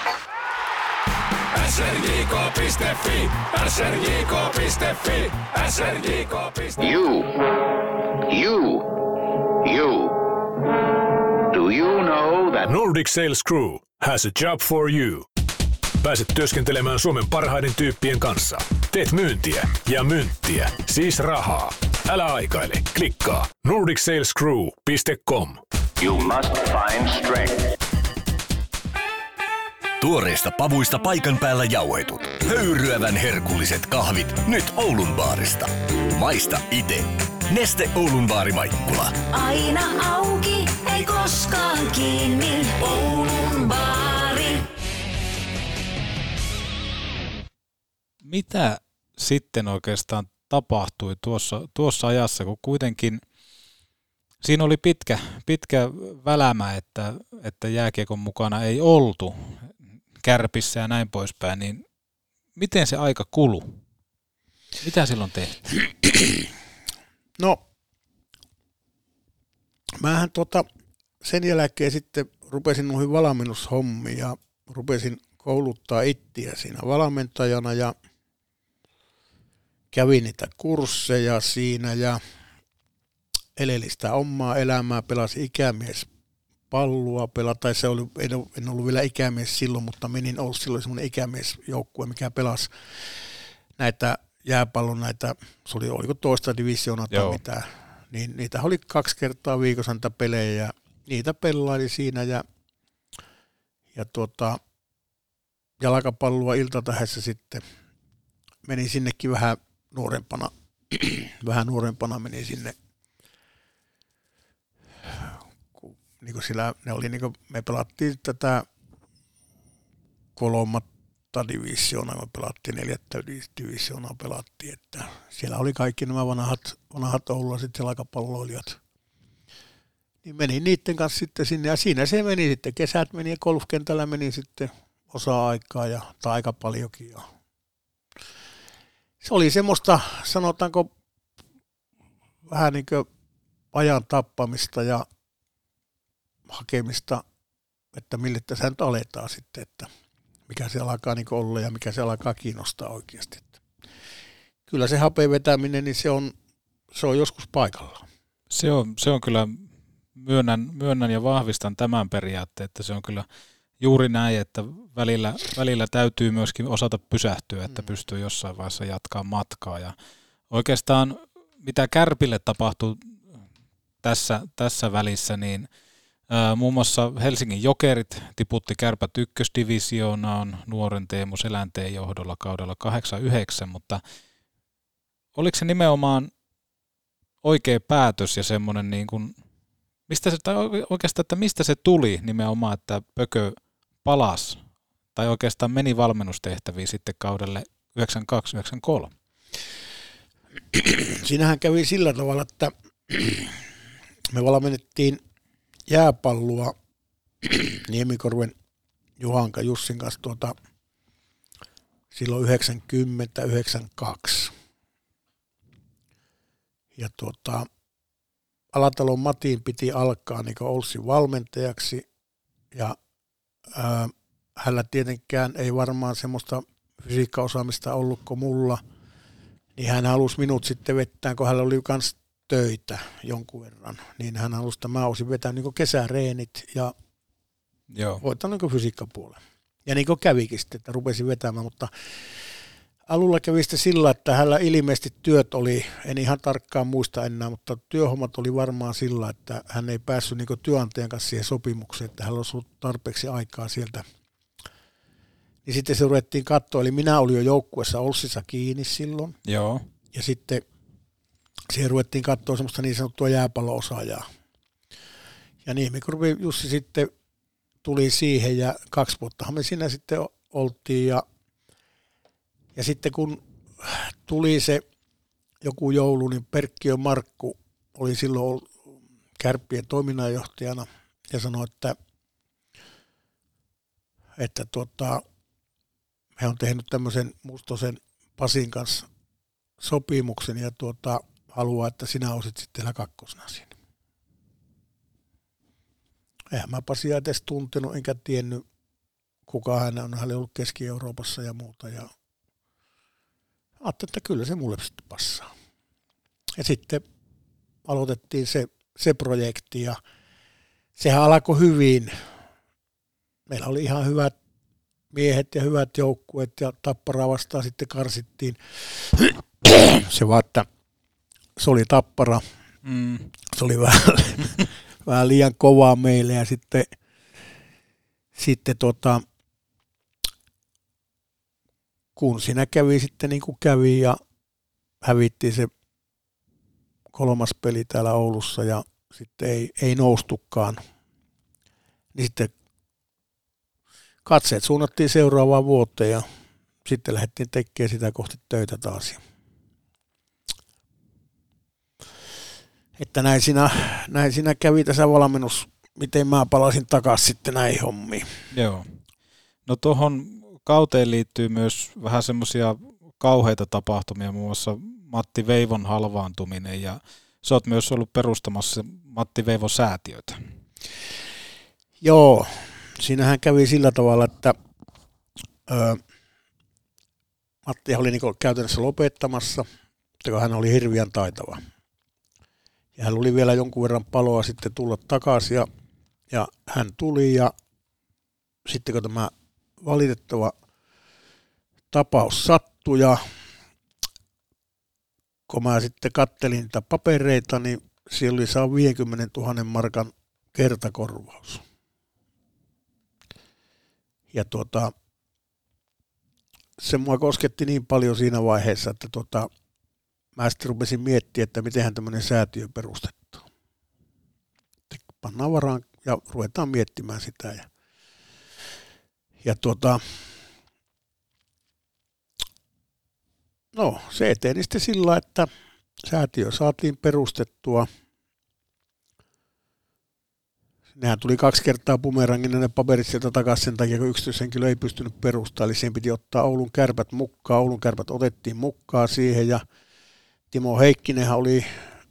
S R J K piste F I S R J K piste F I S R J K piste F I You. You. You. Do you know that... Nordic Nordic Sales Crew has a job for you. Pääset työskentelemään Suomen parhaiden tyyppien kanssa. Teet myyntiä ja mynttiä, siis rahaa. Älä aikaile, klikkaa nordic sales crew piste com. You must find strength. Tuoreista pavuista paikan päällä jauhetut, höyryävän herkulliset kahvit nyt Oulun baarista. Maista ite. Neste Oulun baari Maikkula. Aina auki, ei koskaan kiinni. Oulun baari. Mitä sitten oikeastaan tapahtui tuossa, tuossa ajassa, kun kuitenkin siinä oli pitkä, pitkä välämä, että, että jääkiekon mukana ei oltu Kärpissä ja näin poispäin, niin miten se aika kului? Mitä silloin tehtiin? No, mähän tota, sen jälkeen sitten rupesin noihin valmennushommiin ja rupesin kouluttaa ittiä siinä valmentajana ja kävin niitä kursseja siinä ja eleli sitä omaa elämää, pelasi ikämies pallua, pela, tai se oli, en, en ollut vielä ikämies silloin, mutta menin ollut silloin semmoinen ikämiesjoukkue, mikä pelasi näitä jääpallon, näitä, se oli oliko toista divisioonaa tai mitä, niin niitä oli kaksi kertaa viikossa niitä pelejä ja niitä pelaili siinä ja, ja tuota, jalkapalloa iltatähdessä sitten meni sinnekin vähän nuorempana, vähän nuorempana meni sinne, niin kuin sillä, ne oli niin kuin, me pelattiin tätä kolmatta divisioonaa, me pelattiin neljättä divisioonaa pelattiin, että siellä oli kaikki nämä vanhat, vanhat oululaiset jalkapalloilijat. Niin meni niiden kanssa sitten sinne ja siinä se meni sitten, kesät meni ja golfkentällä meni sitten osa-aikaa ja, tai aika paljonkin. Ja se oli semmoista, sanotaanko, vähän niin kuin ajan tappamista ja hakemista, että mille tässä nyt aletaan sitten, että mikä se alkaa niin kuin olla ja mikä se alkaa kiinnostaa oikeasti. Että kyllä se hapeen vetäminen, niin se on, se on joskus paikallaan. Se on, se on kyllä, myönnän, myönnän ja vahvistan tämän periaatteen, että se on kyllä juuri näin, että välillä, välillä täytyy myöskin osata pysähtyä, että pystyy jossain vaiheessa jatkaa matkaa. Ja oikeastaan mitä Kärpille tapahtui tässä, tässä välissä, niin ää, muun muassa Helsingin Jokerit tiputti Kärpät ykkösdivisioonaan nuoren Teemu Selänteen johdolla kaudella kahdeksan yhdeksän, mutta oliko se nimenomaan oikea päätös ja semmoinen niin kuin, mistä se, tai oikeastaan, että mistä se tuli nimenomaan, että Pökö palasi, tai oikeastaan meni valmennustehtäviin sitten kaudelle yhdeksänkymmentäkaksi yhdeksänkymmentäkolme? Siinähän kävi sillä tavalla, että me valmennettiin jääpalloa Niemikorven Juhanka Jussin kanssa tuota, silloin yhdeksänkymmentä yhdeksänkymmentäkaksi. Ja tuota, Alatalon Matin piti alkaa niin kuin Olssin valmentajaksi ja ää, hänellä tietenkään ei varmaan semmoista fysiikkaosaamista ollut kuin mulla, niin hän halusi minut sitten vettää, kun hänellä oli myös töitä jonkun verran, niin hän halusi, että mä olisin vetänyt niin kuin kesäreenit ja hoitanut niin fysiikkapuolen. Ja niin kuin kävikin sitten, että rupesin vetämään, mutta alulla kävi sitten sillä, että hänellä ilmeisesti työt oli, en ihan tarkkaan muista enää, mutta työhommat oli varmaan sillä, että hän ei päässyt niin työnantajan kanssa siihen sopimukseen, että hänellä olisi ollut tarpeeksi aikaa sieltä. Niin sitten se ruvettiin katsoa, eli minä olin jo joukkueessa Olssissa kiinni silloin. Joo. Ja sitten siihen ruvettiin katsoa semmoista niin sanottua jääpallo-osaajaa. Ja Niemikorvi Jussi sitten tuli siihen ja kaksi vuottahan me siinä sitten oltiin ja Ja sitten kun tuli se joku joulu, niin Perkkiö Markku oli silloin Kärppien toiminnanjohtajana ja sanoi, että, että tuota, he on tehnyt tämmöisen Mustosen Pasin kanssa sopimuksen ja tuota, haluaa, että sinä olisit sitten siellä kakkosena siinä. Eihän mä Pasia edes tuntenut enkä tiennyt, kuka hän on. Hän oli ollut Keski-Euroopassa ja muuta ja ajattelin, että kyllä se mulle sitten passaa. Ja sitten aloitettiin se, se projekti ja sehän alkoi hyvin. meillä oli ihan hyvät miehet ja hyvät joukkueet ja Tapparaa vastaan sitten karsittiin. Se vaan, että se oli Tappara. Mm. Se oli vähän, vähän liian kovaa meille ja sitten, sitten tota, kun siinä kävi sitten niin kuin kävi ja hävittiin se kolmas peli täällä Oulussa ja sitten ei, ei noustukaan, niin sitten katseet suunnattiin seuraavaan vuoteen ja sitten lähdettiin tekemään sitä kohti töitä taas. Että näin siinä, näin siinä kävi tässä valmennus, miten mä palasin takaisin sitten näihin hommiin. Joo. No tuohon kauteen liittyy myös vähän semmoisia kauheita tapahtumia, muun muassa Matti Veivon halvaantuminen ja sä oot myös ollut perustamassa Matti Veivon säätiötä. Joo, siinähän kävi sillä tavalla, että ö, Matti oli niin käytännössä lopettamassa, kun hän oli hirveän taitava. Ja hän oli vielä jonkun verran paloa sitten tulla takaisin ja, ja hän tuli ja sitten kun tämä valitettava tapaus sattui ja kun mä sitten kattelin niitä papereita, niin siellä oli saa viisikymmentätuhatta markan kertakorvaus. Ja tuota, se mua kosketti niin paljon siinä vaiheessa, että tuota, mä sitten rupesin miettimään, että mitenhän tämmöinen säätiö perustettu. Pannaan varaan ja ruvetaan miettimään sitä. Ja, ja tuota, no se eteni sitten sillä, että säätiö saatiin perustettua. Nehän tuli kaksi kertaa bumerangin ne paperit sieltä takaisin sen takia, kun yksityishenkilö ei pystynyt perustamaan. Eli siihen piti ottaa Oulun Kärpät mukaan. Oulun Kärpät otettiin mukaan siihen ja Timo Heikkinenhän oli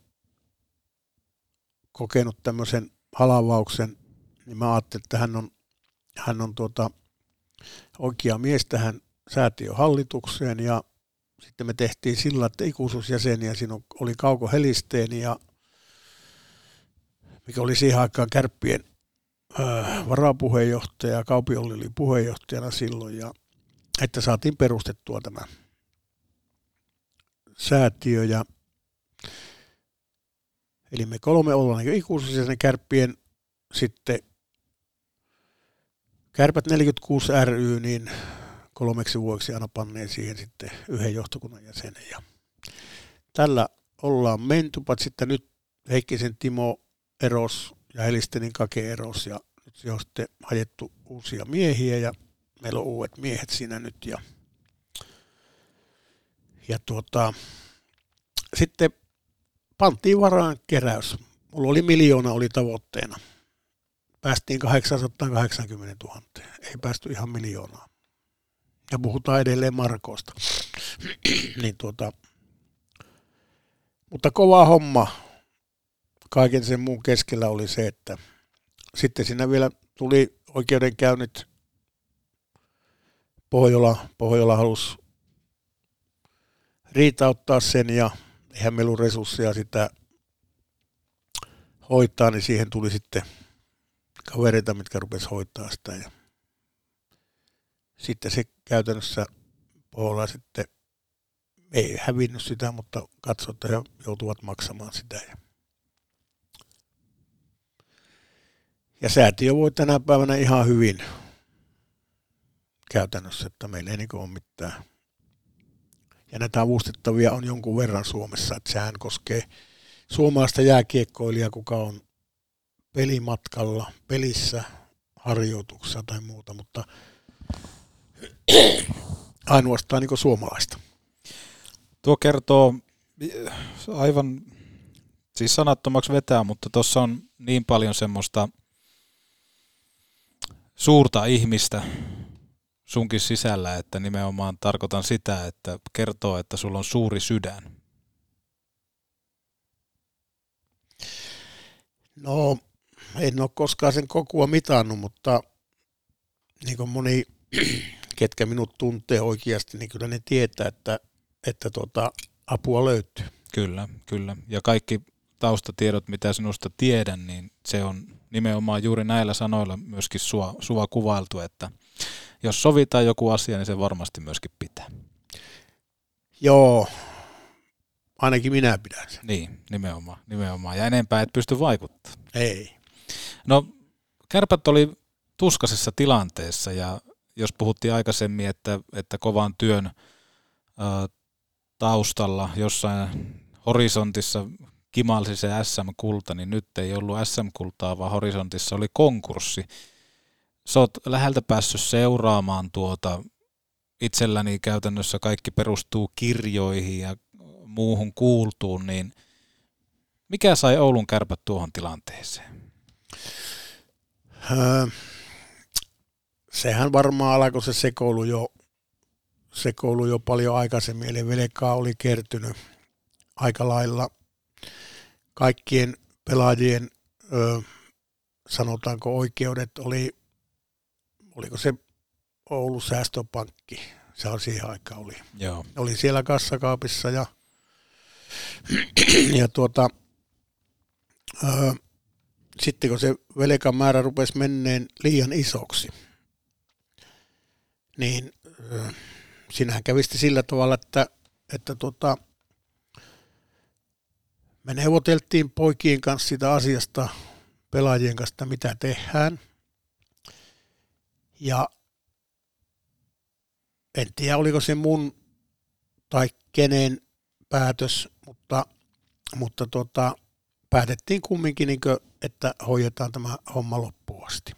kokenut tämmöisen halavauksen, niin mä ajattelin, että hän on, hän on tuota oikea mies tähän säätiön hallitukseen ja sitten me tehtiin sillä, että ikuisuusjäseniä, siinä oli Kauko Helisteeni ja mikä oli siihen aikaan Kärppien äh, varapuheenjohtaja, Kaupiolli oli puheenjohtajana silloin ja että saatiin perustettua tämä säätiö ja eli me kolme ollaan niin ikuisuusjäsenen Kärppien sitten Kärpät neljäkymmentäkuusi ry, niin kolmeksi vuodeksi aina panneen siihen sitten yhden johtokunnan jäsenen. Ja tällä ollaan menty, paitsi sitten nyt Heikkisen Timo eros ja Helistenin Kake eros ja nyt se on sitten hajettu uusia miehiä ja meillä on uudet miehet siinä nyt. Ja, ja tuota, sitten pantiin varaan keräys. Mulla oli miljoona oli tavoitteena. Päästiin kahdeksansataakahdeksankymmentätuhatta. Ei päästy ihan miljoonaa. Ja puhutaan edelleen markoista. niin tuota, mutta kova homma kaiken sen muun keskellä oli se, että sitten siinä vielä tuli oikeudenkäynnit. Pohjola, Pohjola halusi riitauttaa sen ja eihän meillä ollut resursseja sitä hoitaa, niin siihen tuli sitten kavereita, mitkä rupesi hoitaa sitä. Ja sitten se käytännössä Pohjola sitten ei hävinnyt sitä, mutta katsoi, että he joutuvat maksamaan sitä. Ja, ja säätiö voi tänä päivänä ihan hyvin käytännössä, että meillä ei niin ole mitään. Ja näitä avustettavia on jonkun verran Suomessa, että sehän koskee suomalaista jääkiekkoilijaa, kuka on pelimatkalla, pelissä, harjoituksessa tai muuta, mutta ainoastaan niin kuin suomalaista. Tuo kertoo aivan, siis sanattomaksi vetää, mutta tuossa on niin paljon semmoista suurta ihmistä sunkin sisällä, että nimenomaan tarkoitan sitä, että kertoo, että sulla on suuri sydän. No, en ole koskaan sen kokua mitannut, mutta niin kuin moni, ketkä minut tuntee oikeasti, niin kyllä ne tietää, että, että tuota, apua löytyy. Kyllä, kyllä. Ja kaikki taustatiedot, mitä sinusta tiedän, niin se on nimenomaan juuri näillä sanoilla myöskin sua, sua kuvailtu, että jos sovitaan joku asia, niin se varmasti myöskin pitää. Joo, ainakin minä pidän sen. Niin, nimenomaan, nimenomaan. Ja enempää et pysty vaikuttamaan. Ei. No, Kärpät oli tuskaisessa tilanteessa, ja jos puhuttiin aikaisemmin, että, että kovan työn ä, taustalla jossain horisontissa kimalsi se S M-kulta, niin nyt ei ollut S M-kultaa, vaan horisontissa oli konkurssi. Sä oot läheltä päässyt seuraamaan tuota, itselläni käytännössä kaikki perustuu kirjoihin ja muuhun kuultuun, niin mikä sai Oulun Kärpät tuohon tilanteeseen? Öö, sehän varmaan alkoi se sekoilu jo, sekoilu jo paljon aikaisemmin, eli velkaa oli kertynyt aika lailla kaikkien pelaajien, öö, sanotaanko oikeudet, oli, oliko se Oulun säästöpankki, se on siihen aikaan oli. Joo. Oli siellä kassakaapissa ja, ja tuota, öö, sitten kun se velkan määrä rupesi menneen liian isoksi, niin öö, siinähän kävisti sillä tavalla, että, että tuota, me neuvoteltiin poikien kanssa sitä asiasta, pelaajien kanssa, mitä tehdään. Ja en tiedä, oliko se mun tai kenen päätös, mutta, mutta tota, päätettiin kumminkin, niin kuin, että hoidetaan tämä homma loppuun asti.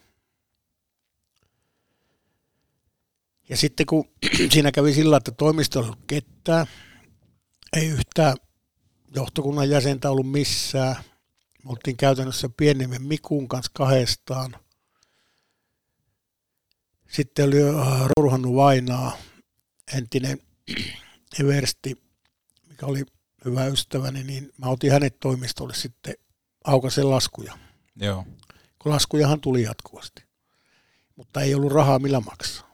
Ja sitten kun siinä kävi sillä, että toimistolla ei ollut ketään, ei yhtään johtokunnan jäsentä ollut missään. Me oltiin käytännössä pienemmän Mikun kanssa kahdestaan. Sitten oli Ruuhannu Vainaa, entinen Eversti, mikä oli hyvä ystäväni, niin mä otin hänet toimistolle sitten aukaisen laskuja. Joo. Kun laskujahan tuli jatkuvasti, mutta ei ollut rahaa millä maksaa.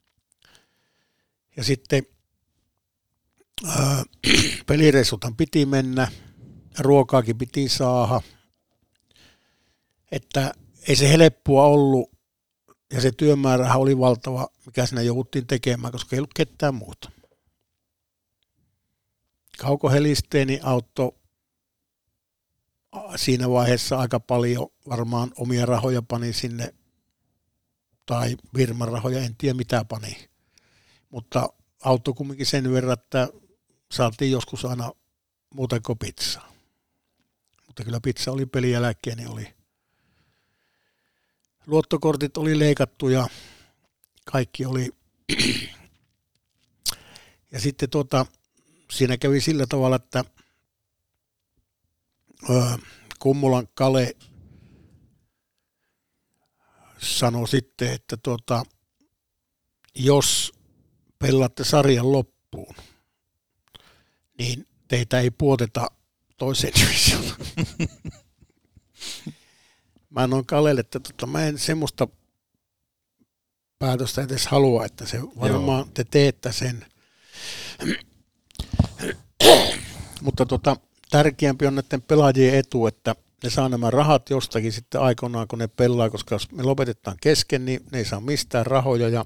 Ja sitten ää, pelireissuthan piti mennä, ruokaakin piti saada, että ei se helppoa ollut. Ja se työmäärähän oli valtava, mikä siinä jouduttiin tekemään, koska ei ollut ketään muuta. Kauko Helisteeni auttoi siinä vaiheessa aika paljon, varmaan omia rahoja pani sinne, tai firman rahoja, en tiedä mitä pani. Mutta auttoi kumminkin sen verran, että saatiin joskus aina muuta kuin pizzaa. Mutta kyllä pizza oli pelin jälkeen, niin oli. Luottokortit oli leikattu ja kaikki oli. Ja sitten tuota, siinä kävi sillä tavalla, että ö, Kummolan Kale sanoi sitten, että tuota, jos pelaatte sarjan loppuun, niin teitä ei puoteta toiseen divisioon. Mä annoin Kalelle, että tota, mä en semmoista päätöstä edes halua, että se varmaan Joo. te teette sen. Mutta tota, tärkeämpi on näiden pelaajien etu, että ne saa nämä rahat jostakin sitten aikoinaan, kun ne pelaa, koska jos me lopetetaan kesken, niin ne ei saa mistään rahoja. Ja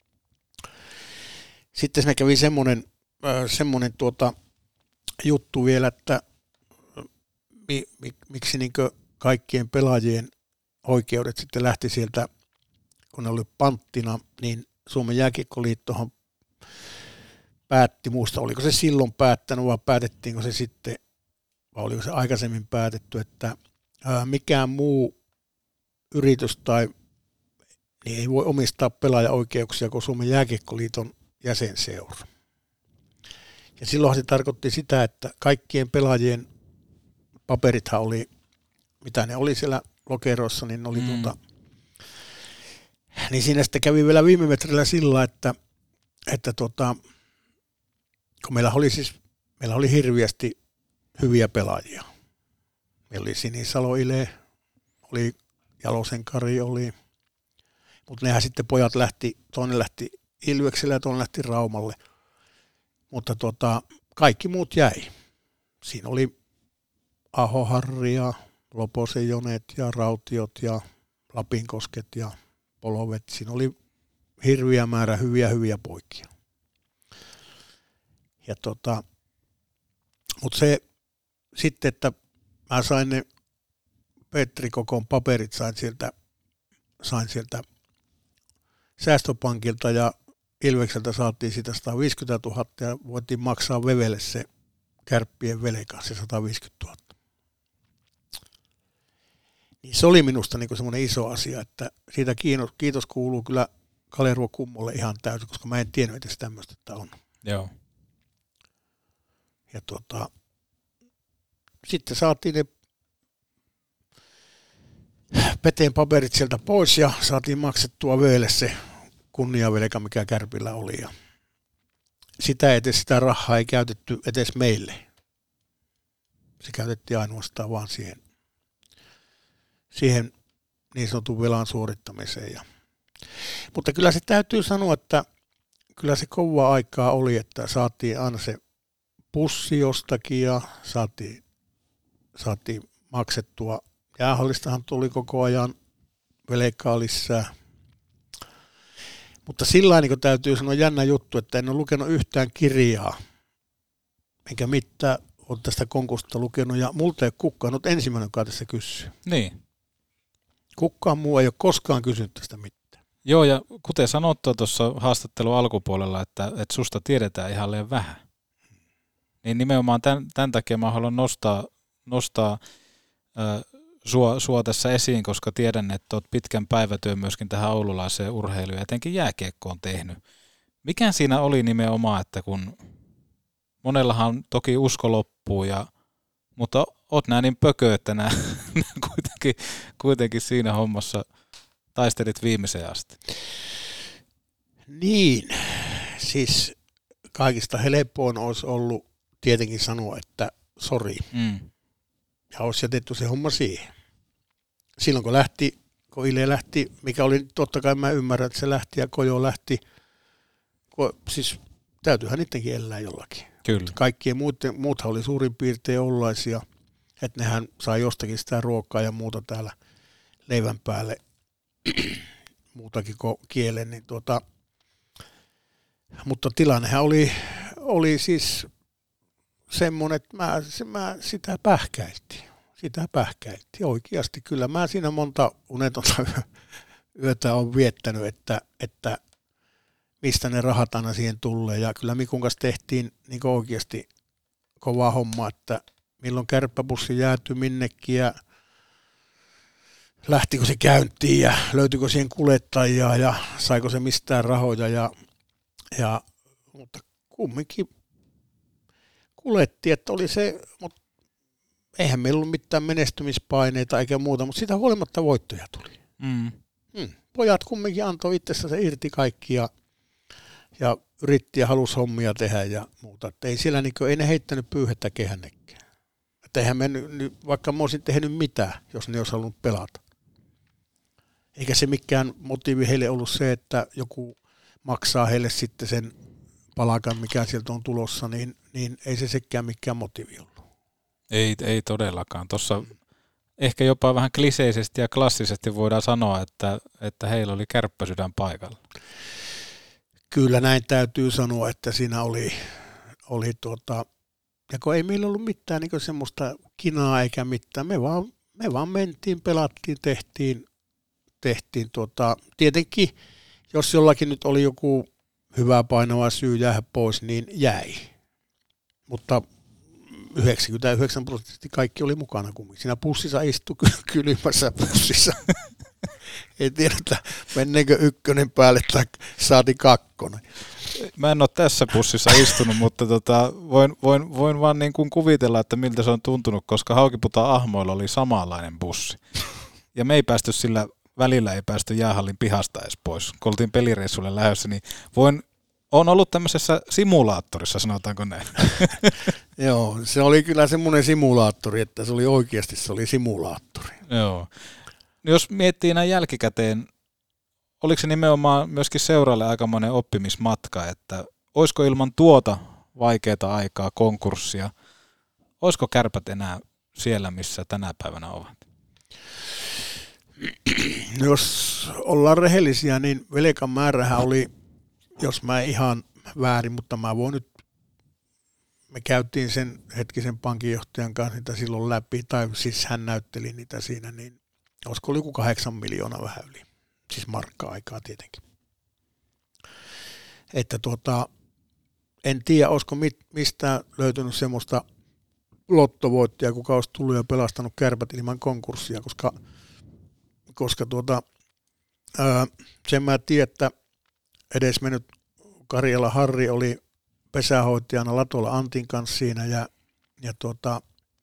sitten siinä kävi semmoinen, äh, semmoinen tuota, juttu vielä, että mi, mi, miksi niinkö kaikkien pelaajien oikeudet sitten lähti sieltä, kun ne oli panttina, niin Suomen Jääkiekkoliittohan päätti, muista oliko se silloin päättänyt vai päätettiinkö se sitten, vai oliko se aikaisemmin päätetty, että ää, mikään muu yritys tai niin ei voi omistaa pelaajaoikeuksia kuin Suomen Jääkiekkoliiton jäsenseura. Ja silloin se tarkoitti sitä, että kaikkien pelaajien paperithan oli, mitä ne oli siellä lokeroissa, niin oli mm. tuota, niin siinä sitten kävi vielä viime metrillä sillä, että, että tuota, kun meillä oli siis, meillä oli hirviästi hyviä pelaajia. Meillä oli Sinisalo Ile, oli Jalosen Kari, oli, mutta nehän sitten pojat lähti, toinen lähti Ilvekselle ja toinen lähti Raumalle, mutta tuota, kaikki muut jäi. Siinä oli Aho Harri ja Loposen Jonet ja Rautiot ja Lapinkosket ja Polovet. Siinä oli hirviä määrä hyviä, hyviä poikia. Ja tota, mutta se sitten, että mä sain ne Petri Kokon paperit, sain sieltä, sain sieltä säästöpankilta ja Ilvekseltä saatiin sitä sata viisikymmentätuhatta ja voitiin maksaa Vevelle se Kärppien velka, se sata viisikymmentätuhatta. Niin se oli minusta niin semmoinen iso asia, että siitä kiitos, kiitos kuuluu kyllä Kalervo Kummolle ihan täysin, koska mä en tiennyt edes tämmöistä, että on. Joo. Ja tuota, sitten saatiin ne Peteen paperit sieltä pois ja saatiin maksettua Vöelle se kunniavelka, mikä Kärpillä oli. Ja sitä edes sitä rahaa ei käytetty edes meille. Se käytettiin ainoastaan vaan siihen, siihen niin sanotun velan suorittamiseen. Ja, mutta kyllä se täytyy sanoa, että kyllä se kovaa aikaa oli, että saatiin aina se pussi jostakin ja saatiin, saatiin maksettua. Jäähallistahan tuli koko ajan velkaa lisää. Mutta sillä niin täytyy sanoa jännä juttu, että en ole lukenut yhtään kirjaa, enkä mitään ole tästä konkurssista lukenut, ja multa ei ole kukaan ollut ensimmäinen, joka tässä kysyy. Niin. Kukaan muu ei ole koskaan kysynyt tästä mitään. Joo, ja kuten sanottua tuossa haastattelun alkupuolella, että, että susta tiedetään ihan liian vähän. Niin nimenomaan tämän, tämän takia mä haluan nostaa, nostaa äh, sua, sua tässä esiin, koska tiedän, että olet pitkän päivätyön myöskin tähän oululaiseen urheiluun ja etenkin jääkiekkoon tehnyt. Mikä siinä oli nimenomaan, että kun monellahan toki usko loppuu, ja, mutta oot nää niin pökö, että nää kuitenkin, kuitenkin siinä hommassa taistelit viimeiseen asti. Niin, siis kaikista helpoin olisi ollut tietenkin sanoa, että sori. Mm. Ja olisi jätetty se homma siihen. Silloin kun lähti, kun Ile lähti, mikä oli, totta kai mä ymmärrän, että se lähti ja Kojo lähti, kun, siis täytyyhän niidenkin elää jollakin. Kyllä. Kaikkien muuten, muuthan oli suurin piirtein ollaisia, että nehän sai jostakin sitä ruokaa ja muuta täällä leivän päälle, muutakin kuin kielen, niin tuota, mutta tilannehan oli, oli siis semmoinen, että mä, se, mä sitä pähkäiltiin. Sitä pähkäiltiin oikeasti. Kyllä mä siinä monta unetonta yötä on viettänyt, että, että mistä ne rahat aina siihen tulee. Ja kyllä Mikun kanssa tehtiin niin oikeasti kovaa hommaa, että milloin kärppäbussi jäätyi minnekin ja lähtikö se käyntiin ja löytyykö siihen kuljettajia ja saiko se mistään rahoja. Ja, ja, mutta kumminkin kulettiin, että oli se, mutta eihän meillä ollut mitään menestymispaineita eikä muuta, mutta sitä huolimatta voittoja tuli. Mm. Hmm. Pojat kumminkin antoi itsestä se irti kaikki ja, ja yritti ja halusi hommia tehdä ja muuta. Että ei siellä niin kuin, ei ne heittänyt pyyhettä kehännekään. Että eihän me, vaikka mä olisin tehnyt mitään, jos ne olisi halunnut pelata. Eikä se mikään motiivi heille ollut se, että joku maksaa heille sitten sen palakan, mikä sieltä on tulossa, niin, niin ei se sekään mikään motiivi ollut. Ei, ei todellakaan. Tuossa ehkä jopa vähän kliseisesti ja klassisesti voidaan sanoa, että, että heillä oli kärppäsydän paikalla. Kyllä näin täytyy sanoa, että siinä oli, oli tuota, ja kun ei meillä ollut mitään niin semmoista kinaa eikä mitään, me vaan, me vaan mentiin, pelattiin, tehtiin, tehtiin tuota, tietenkin jos jollakin nyt oli joku hyvä painava syy jäädä pois, niin jäi. Mutta yhdeksänkymmentäyhdeksän prosenttisesti kaikki oli mukana kumminkin. Siinä pussissa istui kylmässä pussissa. Ei tiedä, että menneekö ykkönen päälle tai saati kakkonen. Mä en ole tässä pussissa istunut, mutta tota, voin, voin, voin vaan niin kuin kuvitella, että miltä se on tuntunut, koska Haukiputaan Ahmoilla oli samanlainen bussi. Ja me ei päästy sillä, välillä ei päästy jäähallin pihasta edes pois, kun oltiin pelireissulle lähdössä, niin voin, on ollut tämmöisessä simulaattorissa, sanotaanko näin. Joo, se oli kyllä semmoinen simulaattori, että se oli oikeasti se oli simulaattori. Joo. Jos miettii näin jälkikäteen, oliko se nimenomaan myöskin seuraalle aikamoinen oppimismatka, että olisiko ilman tuota vaikeaa aikaa, konkurssia, olisiko Kärpät enää siellä, missä tänä päivänä ovat? Jos ollaan rehellisiä, niin velkan määrähän oli, jos mä ihan väärin, mutta mä voin nyt, me käytiin sen hetkisen pankinjohtajan kanssa niitä silloin läpi, tai siis hän näytteli niitä siinä, niin olisiko oli joku kahdeksan miljoonaa vähän yli, siis markka-aikaa tietenkin. Että tuota, en tiedä, olisiko mit, mistään löytynyt semmoista lottovoittajaa, kuka olisi tullut ja pelastanut Kärpät ilman konkurssia, koska, koska tuota, ää, sen mä tiedän, että edesmennyt Karjala Harri oli pesähoitajana Latola Antin kanssa siinä ja, ja tuota,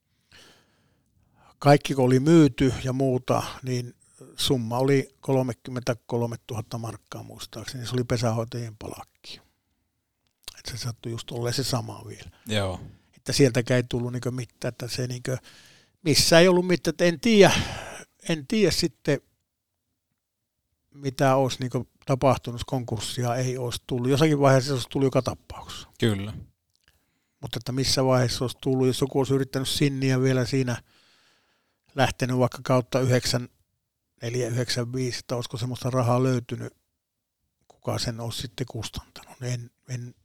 kaikki kun oli myyty ja muuta, niin summa oli kolmekymmentäkolmetuhatta markkaa muistaakseni, se oli pesähoitajien palakki. Että se sattui just olleen se sama vielä. Joo. Että sieltäkään ei tullut niinku mitään, että se niinku, missä ei ollut mitään, että en tiedä, en tiedä sitten, mitä olisi niinku tapahtunut, jos konkurssia ei olisi tullut. Jossakin vaiheessa se olisi tullut joka tapauksessa. Kyllä. Mutta että missä vaiheessa olisi tullut, jos joku olisi yrittänyt sinniä vielä siinä, lähtenyt vaikka kautta yhdeksänkymmentäneljä yhdeksänkymmentäviisi, että olisiko semmoista rahaa löytynyt, kuka sen olisi sitten kustantanut. En, en,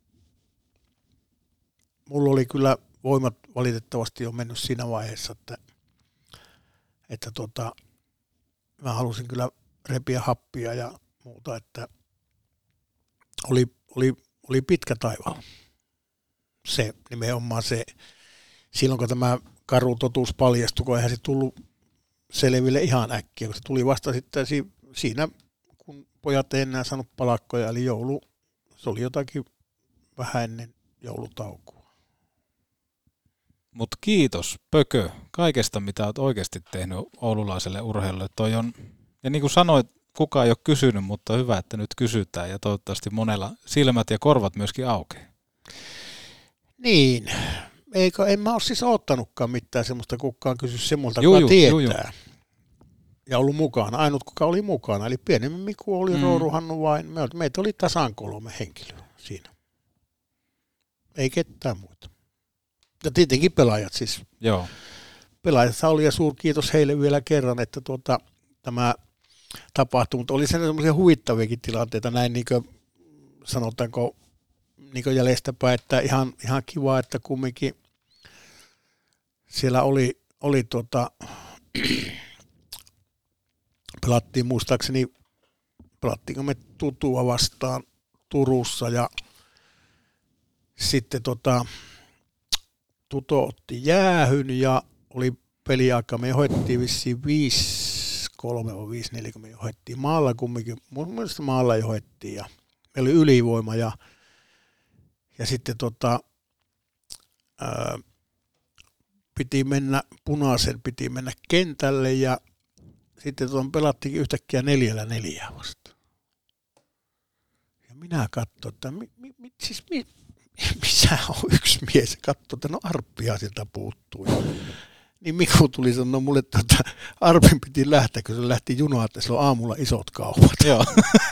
mulla oli kyllä voimat valitettavasti jo mennyt siinä vaiheessa, että, että tota, mä halusin kyllä repiä happia ja muuta, että oli, oli, oli pitkä taival. Se nimenomaan se, silloin kun tämä karu totuus paljastui, kun eihän se tullut selville ihan äkkiä, kun se tuli vasta sitten siinä, kun pojat ei enää saanut palakkoja, eli joulu, se oli jotakin vähän ennen joulutaukoa. Mutta kiitos Pökö kaikesta, mitä olet oikeasti tehnyt oululaiselle urheilulle. Toi on, ja niin kuin sanoit, kukaan ei ole kysynyt, mutta hyvä, että nyt kysytään ja toivottavasti monella silmät ja korvat myöskin aukeaa. Niin, eikö, en mä ole siis odottanutkaan mitään semmoista, kukaan kysy semmoilta, Juu, kuka juu, tietää. juu, juu. Ja ollut mukana, ainut kuka oli mukana, eli pienemmin Miku oli, mm. Rooru, Hannu vain, me, meitä oli tasan kolme henkilöä siinä. Ei ketään muuta. Ja tietenkin pelaajat siis. Joo. Pelaajat oli ja suuri kiitos heille vielä kerran, että tuota, tämä tapahtui, mutta oli sellaisia huvittaviakin tilanteita, näin niin kuin sanotaanko niin kuin jäljestäpäin, että ihan, ihan kiva, että kumminkin siellä oli, oli tuota, pelattiin muistaakseni, pelattiinko me Tutua vastaan Turussa ja sitten tota, Tuto otti jäähyn ja oli peliaika, me johdettiin vissiin viisi kolme vai viisi neljä, kun me johdettiin maalla kumminkin, mun mielestä maalla johdettiin ja meillä oli ylivoima ja, ja sitten tota, ää, piti mennä punaisen, piti mennä kentälle ja sitten tuon pelattiinkin yhtäkkiä neljällä neljää vastaan. Ja minä katsoin, että mi, mi, mi, siis mi, missä on yksi mies, katsoin, että no Arppia sieltä puuttuu. Ja, niin Miku tuli sanoa mulle, että tuota, Arpin piti lähteä, kun se lähti junaan, että sillä on aamulla isot kaupat. Joo.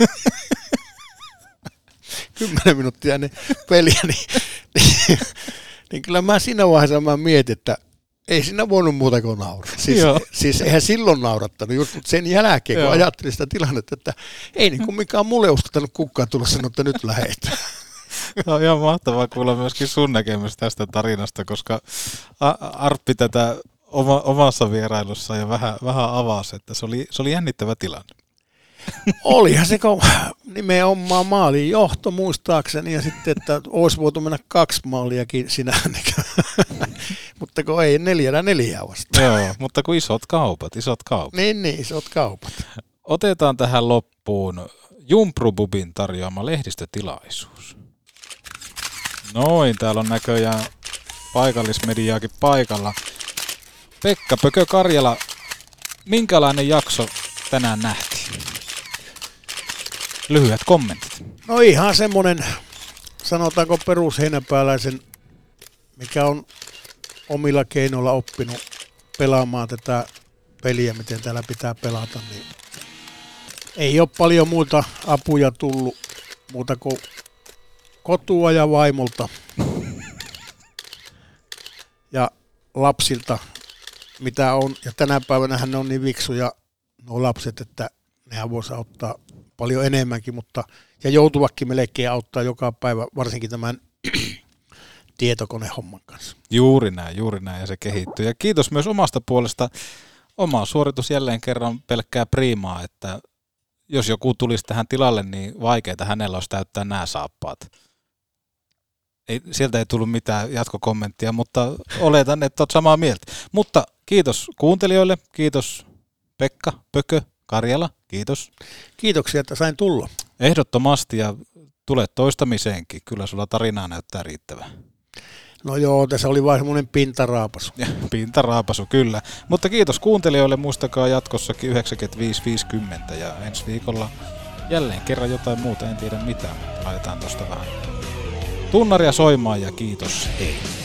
Kymmenen minuuttia ennen peliä, niin, niin, niin kyllä mä siinä vaiheessa mä mietin, että ei siinä voinut muuta kuin nauraa. Siis, siis eihän silloin naurattanut, just, mutta sen jälkeen, kun ajattelin sitä tilannetta, että ei niin kuin mikään mulle uskottanut kukaan tulla sanoa, että nyt lähdetään. No, on ihan mahtavaa kuulla myöskin sun näkemys tästä tarinasta, koska Arppi tätä oma, omassa vierailussa ja vähän, vähän avasi, että se oli, se oli jännittävä tilanne. Olihan se, kun nimenomaan maalin johto muistaakseni ja sitten, että olisi voitu mennä kaksi maaliakin sinä, mutta kun ei neljällä neljää vasta. Joo, mutta kun isot kaupat, isot kaupat. Niin, niin, isot kaupat. Otetaan tähän loppuun Jumprububin tarjoama lehdistötilaisuus. Noin, täällä on näköjään paikallismediaakin paikalla. Pekka Pökö Karjala, minkälainen jakso tänään nähtiin? Lyhyet kommentit. No ihan semmoinen, sanotaanko perusheinäpääläisen, mikä on omilla keinoilla oppinut pelaamaan tätä peliä, miten täällä pitää pelata, niin ei ole paljon muita apuja tullut, muuta kuin kotua ja vaimolta ja lapsilta, mitä on. Ja tänä päivänä hän on niin viksuja nuo lapset, että nehän voisi auttaa paljon enemmänkin, mutta ja joutuvakin melkein auttaa joka päivä, varsinkin tämän tietokonehomman kanssa. Juuri näin, juuri näin, ja se kehittyy. Ja kiitos myös omasta puolesta. Oma suoritus jälleen kerran pelkkää priimaa, että jos joku tulisi tähän tilalle, niin vaikeita hänellä olisi täyttää nämä saappaat. Ei, sieltä ei tullut mitään jatkokommenttia, mutta oletan, että olet samaa mieltä. Mutta kiitos kuuntelijoille, kiitos Pekka, Pökö, Karjala, kiitos. Kiitoksia, että sain tulla. Ehdottomasti, ja tulet toistamiseenkin. Kyllä sulla tarinaa näyttää riittävää. No joo, tässä oli vain semmoinen pintaraapasu. Pintaraapasu, kyllä. Mutta kiitos kuuntelijoille, muistakaa jatkossakin yhdeksänkymmentäviisi viisikymmentä ja ensi viikolla jälleen kerran jotain muuta, en tiedä mitään, mutta laitetaan tosta vähän tunnaria soimaan ja kiitos, hei.